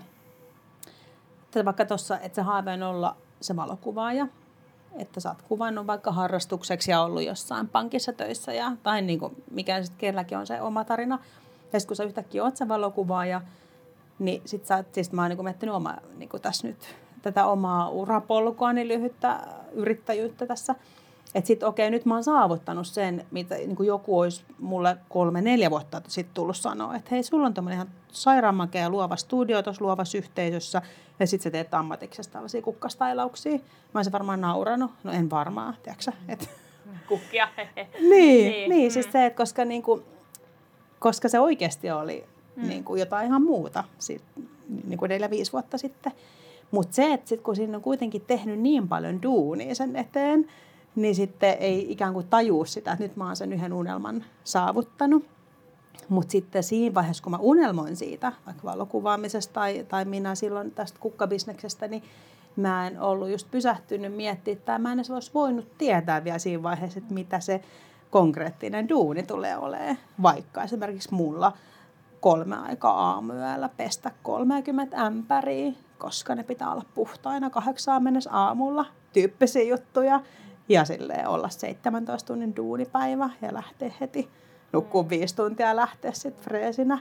että vaikka tuossa, että se haave on olla se valokuvaaja, että sä oot kuvannut vaikka harrastukseksi ja ollut jossain pankissa töissä, ja, tai niin kuin, mikä sitten kenelläkin on se oma tarina. Ja sitten kun sä yhtäkkiä oot se valokuvaaja, niin sit sä, siis mä oon niinku miettinyt oma, niinku tässä nyt tätä omaa urapolkua, niin lyhyttä yrittäjyyttä tässä. Että sit okei, okay, nyt mä oon saavuttanut sen, mitä niinku joku olisi mulle kolme, neljä vuotta sitten tullut sanoa, että hei, sulla on tommonen ihan sairaanmakea luova studio tuossa luovassa yhteisössä, ja sit sä teet ammatiksesta tällaisia kukkastailauksia. Mä oon se varmaan nauranut, no en varmaan, tiedätkö et... Kukkia. niin, niin, niin mm. siis se, että koska, niinku, koska se oikeasti oli Mm. Niin kuin jotain ihan muuta, sit, niin kuin neljä, viisi vuotta sitten. Mutta se, että sit, kun siinä on kuitenkin tehnyt niin paljon duunia sen eteen, niin sitten ei ikään kuin tajuu sitä, että nyt mä oon sen yhden unelman saavuttanut. Mutta sitten siinä vaiheessa, kun mä unelmoin siitä, vaikka valokuvaamisesta tai, tai minä silloin tästä kukkabisneksestä, niin mä en ollut just pysähtynyt miettimään, että mä en edes olisi voinut tietää vielä siinä vaiheessa, että mitä se konkreettinen duuni tulee olemaan. Vaikka esimerkiksi mulla kolme aikaa aamuyöllä pestä kolmekymmentä ämpäriä, koska ne pitää olla puhtaina kahdeksaan mennessä aamulla, tyyppisiä juttuja. Ja silleen olla seitsemäntoista tunnin duunipäivä ja lähteä heti nukkuu viisi tuntia ja lähteä sitten freesinä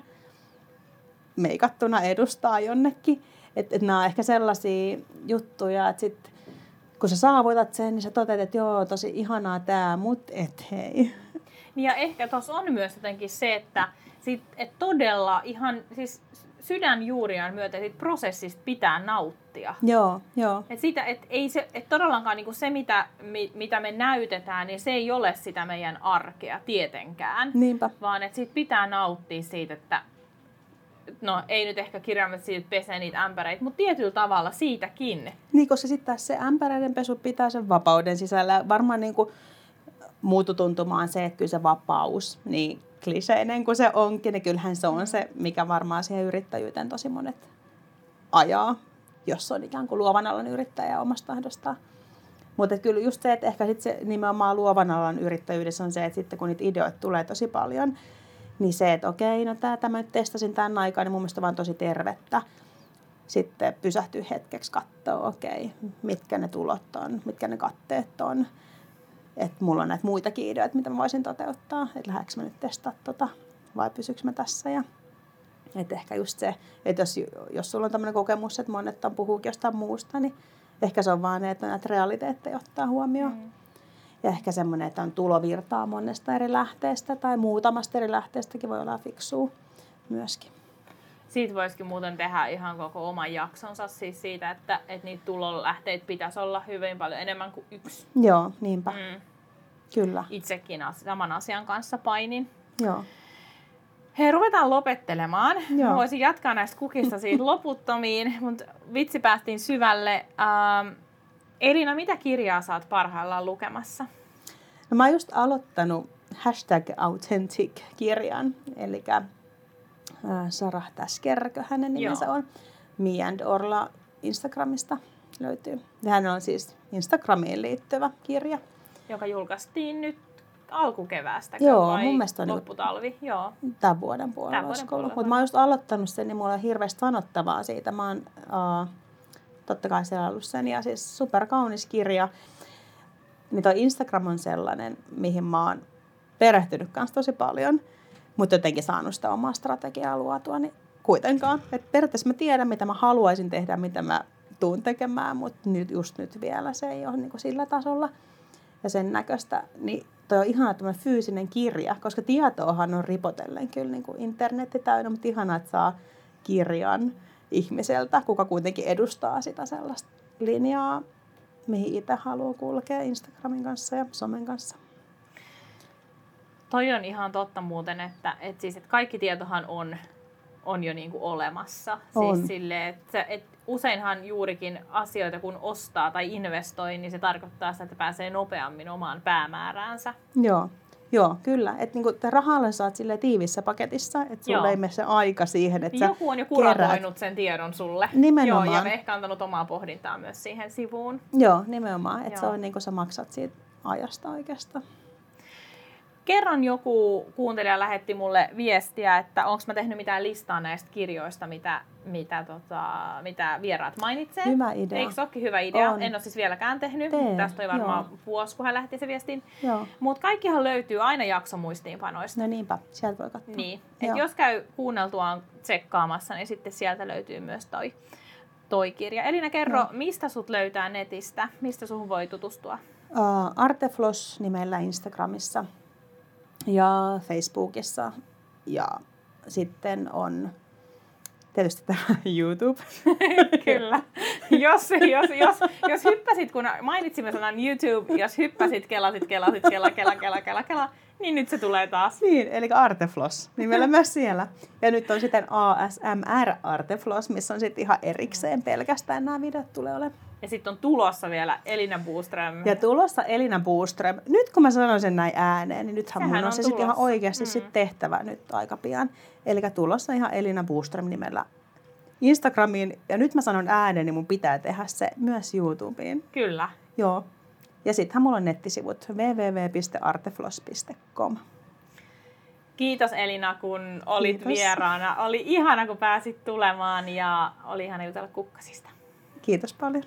meikattuna edustaa jonnekin. Että et nämä on ehkä sellaisia juttuja, että sit, kun sä saavutat sen, niin sä toteat, että joo, tosi ihanaa tää, mut et hei. Ja ehkä tuossa on myös jotenkin se, että sit, et todella ihan siis sydänjuuriaan myöten siitä prosessista pitää nauttia. Joo, joo. Et sitä, et ei se, et todellakaan niinku se, mitä, mi, mitä me näytetään, niin se ei ole sitä meidän arkea tietenkään. Niinpä. Vaan että siitä pitää nauttia siitä, että no ei nyt ehkä kirjaimet siitä pesee niitä ämpäreitä, mutta tietyllä tavalla siitäkin. Niin, koska sitten taas se ämpäreiden pesu pitää sen vapauden sisällä. Varmaan niin kuin muutu tuntumaan se, että kyllä se vapaus, niin kliseinen kuin se onkin, niin kyllähän se on se, mikä varmaan siihen yrittäjyyteen tosi monet ajaa, jos on ikään kuin luovan alan yrittäjä omasta tahdostaan. Mutta kyllä just se, että ehkä sit se nimenomaan luovan alan yrittäjyydessä on se, että sitten kun niitä ideoita tulee tosi paljon, niin se, että okei, no tämä, tämä nyt testasin tämän aikaan, niin mun mielestä on vaan tosi tervettä. Sitten pysähtyy hetkeksi katsoa, okei, mitkä ne tulot on, mitkä ne katteet on. Että mulla on näitä muitakin ideoita, mitä mä voisin toteuttaa. Että lähdekö mä nyt testaa tota, vai pysyykö mä tässä. Ja, että ehkä just se, että jos, jos sulla on tämmöinen kokemus, että monet on puhuukin jostain muusta, niin ehkä se on vaan ne, että näitä realiteetteja ottaa huomioon. Mm. Ja ehkä semmoinen, että on tulovirtaa monesta eri lähteestä tai muutamasta eri lähteestäkin voi olla fiksua myöskin. Siitä voisikin muuten tehdä ihan koko oman jaksonsa siis siitä, että, että niitä tulonlähteitä pitäisi olla hyvin paljon enemmän kuin yksi. Joo, niinpä. Mm. Kyllä. Itsekin saman asian kanssa painin. Joo. Hei, ruvetaan lopettelemaan. Joo. Voisin jatkaa näistä kukista siitä loputtomiin, mutta vitsi päästiin syvälle. Ähm, Elina, mitä kirjaa sä oot parhaillaan lukemassa? No, mä oon just aloittanut hashtag authentic-kirjan, eli Sarah Tasker, hänen nimensä Joo. on. Me and Orla Instagramista löytyy. Hän on siis Instagramiin liittyvä kirja. Joka julkaistiin nyt alkukeväästä Joo, vai mun mielestä on lopputalvi? Joo. Tämän vuoden puolella. Mutta mä oon just aloittanut sen, niin mulla on hirveästi sanottavaa siitä. Mä oon uh, totta kai siellä ollut sen ja siis superkaunis kirja. Niin toi Instagram on sellainen, mihin mä oon perehtynyt kanssa tosi paljon. Mutta jotenkin saanut sitä omaa strategiaa luotua, niin kuitenkaan. Et periaatteessa mä tiedän, mitä mä haluaisin tehdä, mitä mä tuun tekemään, mutta nyt, just nyt vielä se ei ole niin kuin sillä tasolla ja sen näköistä. Niin toi on ihana tämmöinen fyysinen kirja, koska tietoahan on ripotellen kyllä niin kuin internetti täynnä, mutta ihanaa, että saa kirjan ihmiseltä, kuka kuitenkin edustaa sitä sellaista linjaa, mihin itse haluaa kulkea Instagramin kanssa ja somen kanssa. Toi on ihan totta muuten, että, että, siis, että kaikki tietohan on, on jo niin kuin olemassa. On. Siis sille, että, että useinhan juurikin asioita kun ostaa tai investoi, niin se tarkoittaa sitä, että pääsee nopeammin omaan päämääräänsä. Joo, Joo kyllä. Että niinku, rahalla saat tiivissä paketissa, että sulla Joo. ei mene se aika siihen, että Joku on jo kuratoinut sen tiedon sulle. Nimenomaan. Joo, ja me ehkä antanut omaa pohdintaa myös siihen sivuun. Joo, nimenomaan. Että se on niin kuin sä maksat siitä ajasta oikeastaan. Kerran joku kuuntelija lähetti mulle viestiä, että onko mä tehnyt mitään listaa näistä kirjoista, mitä, mitä, tota, mitä vieraat mainitsee. Hyvä idea. Eikö se olekin hyvä idea? On. En ole siis vieläkään tehnyt. Tee. Tästä oli varmaan Joo. vuosi, kun hän lähti se viestin. Joo. Mutta kaikkihan löytyy aina jaksomuistiinpanoista. No niinpä, sieltä voi katsoa. Niin. Et jos käy kuunneltuaan tsekkaamassa, niin sitten sieltä löytyy myös toi, toi kirja. Elina, kerro, no. mistä sut löytää netistä? Mistä suhun voi tutustua? Uh, Artefloss nimellä Instagramissa. Ja Facebookissa ja sitten on tietysti tämä YouTube. Kyllä. Jos, jos, jos, jos hyppäsit, kun mainitsimme sanan YouTube, jos hyppäsit, kelasit, kelasit, kela, kela, kela, kela, kela, niin nyt se tulee taas. Niin, eli Artefloss nimellä myös siellä. Ja nyt on sitten A S M R Artefloss, missä on sitten ihan erikseen pelkästään nämä videot tulee olemaan. Ja sitten on tulossa vielä Elina Boström. Ja tulossa Elina Boström. Nyt kun mä sanon sen näin ääneen, niin nythän Sehän mun on, on se sitten ihan oikeasti mm. sit tehtävä nyt aika pian. Eli tulossa ihan Elina Boström nimellä Instagramiin. Ja nyt mä sanon ääneen, niin mun pitää tehdä se myös YouTubeen. Kyllä. Joo. Ja sittenhän mulla on nettisivut double-u double-u double-u piste artefloss piste com. Kiitos Elina, kun olit Kiitos. vieraana. Oli ihana, kun pääsit tulemaan ja oli ihana jutella kukkasista. Kiitos paljon.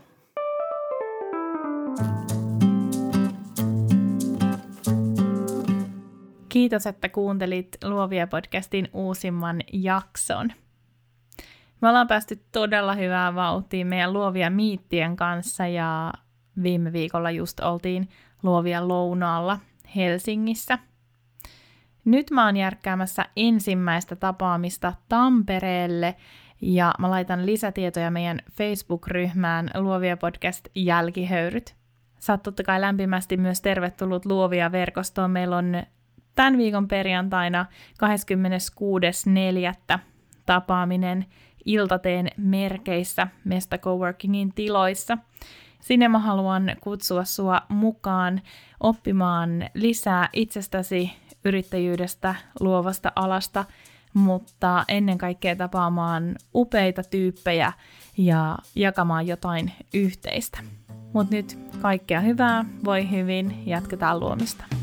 Kiitos, että kuuntelit Luovia podcastin uusimman jakson. Me ollaan päästy todella hyvään vauhtiin meidän Luovia miittien kanssa ja viime viikolla just oltiin Luovia lounaalla Helsingissä. Nyt mä oon järkkäämässä ensimmäistä tapaamista Tampereelle ja mä laitan lisätietoja meidän Facebook-ryhmään Luovia podcast jälkihöyryt. Sä oot totta kai lämpimästi myös tervetullut Luovia verkostoon. Meillä on tämän viikon perjantaina kahdeskymmeneskuudes neljättä tapaaminen iltateen merkeissä Mesta Coworkingin tiloissa. Sinne mä haluan kutsua sua mukaan oppimaan lisää itsestäsi, yrittäjyydestä, luovasta alasta, mutta ennen kaikkea tapaamaan upeita tyyppejä ja jakamaan jotain yhteistä. Mut nyt kaikkea hyvää, voi hyvin, jatketaan luomista.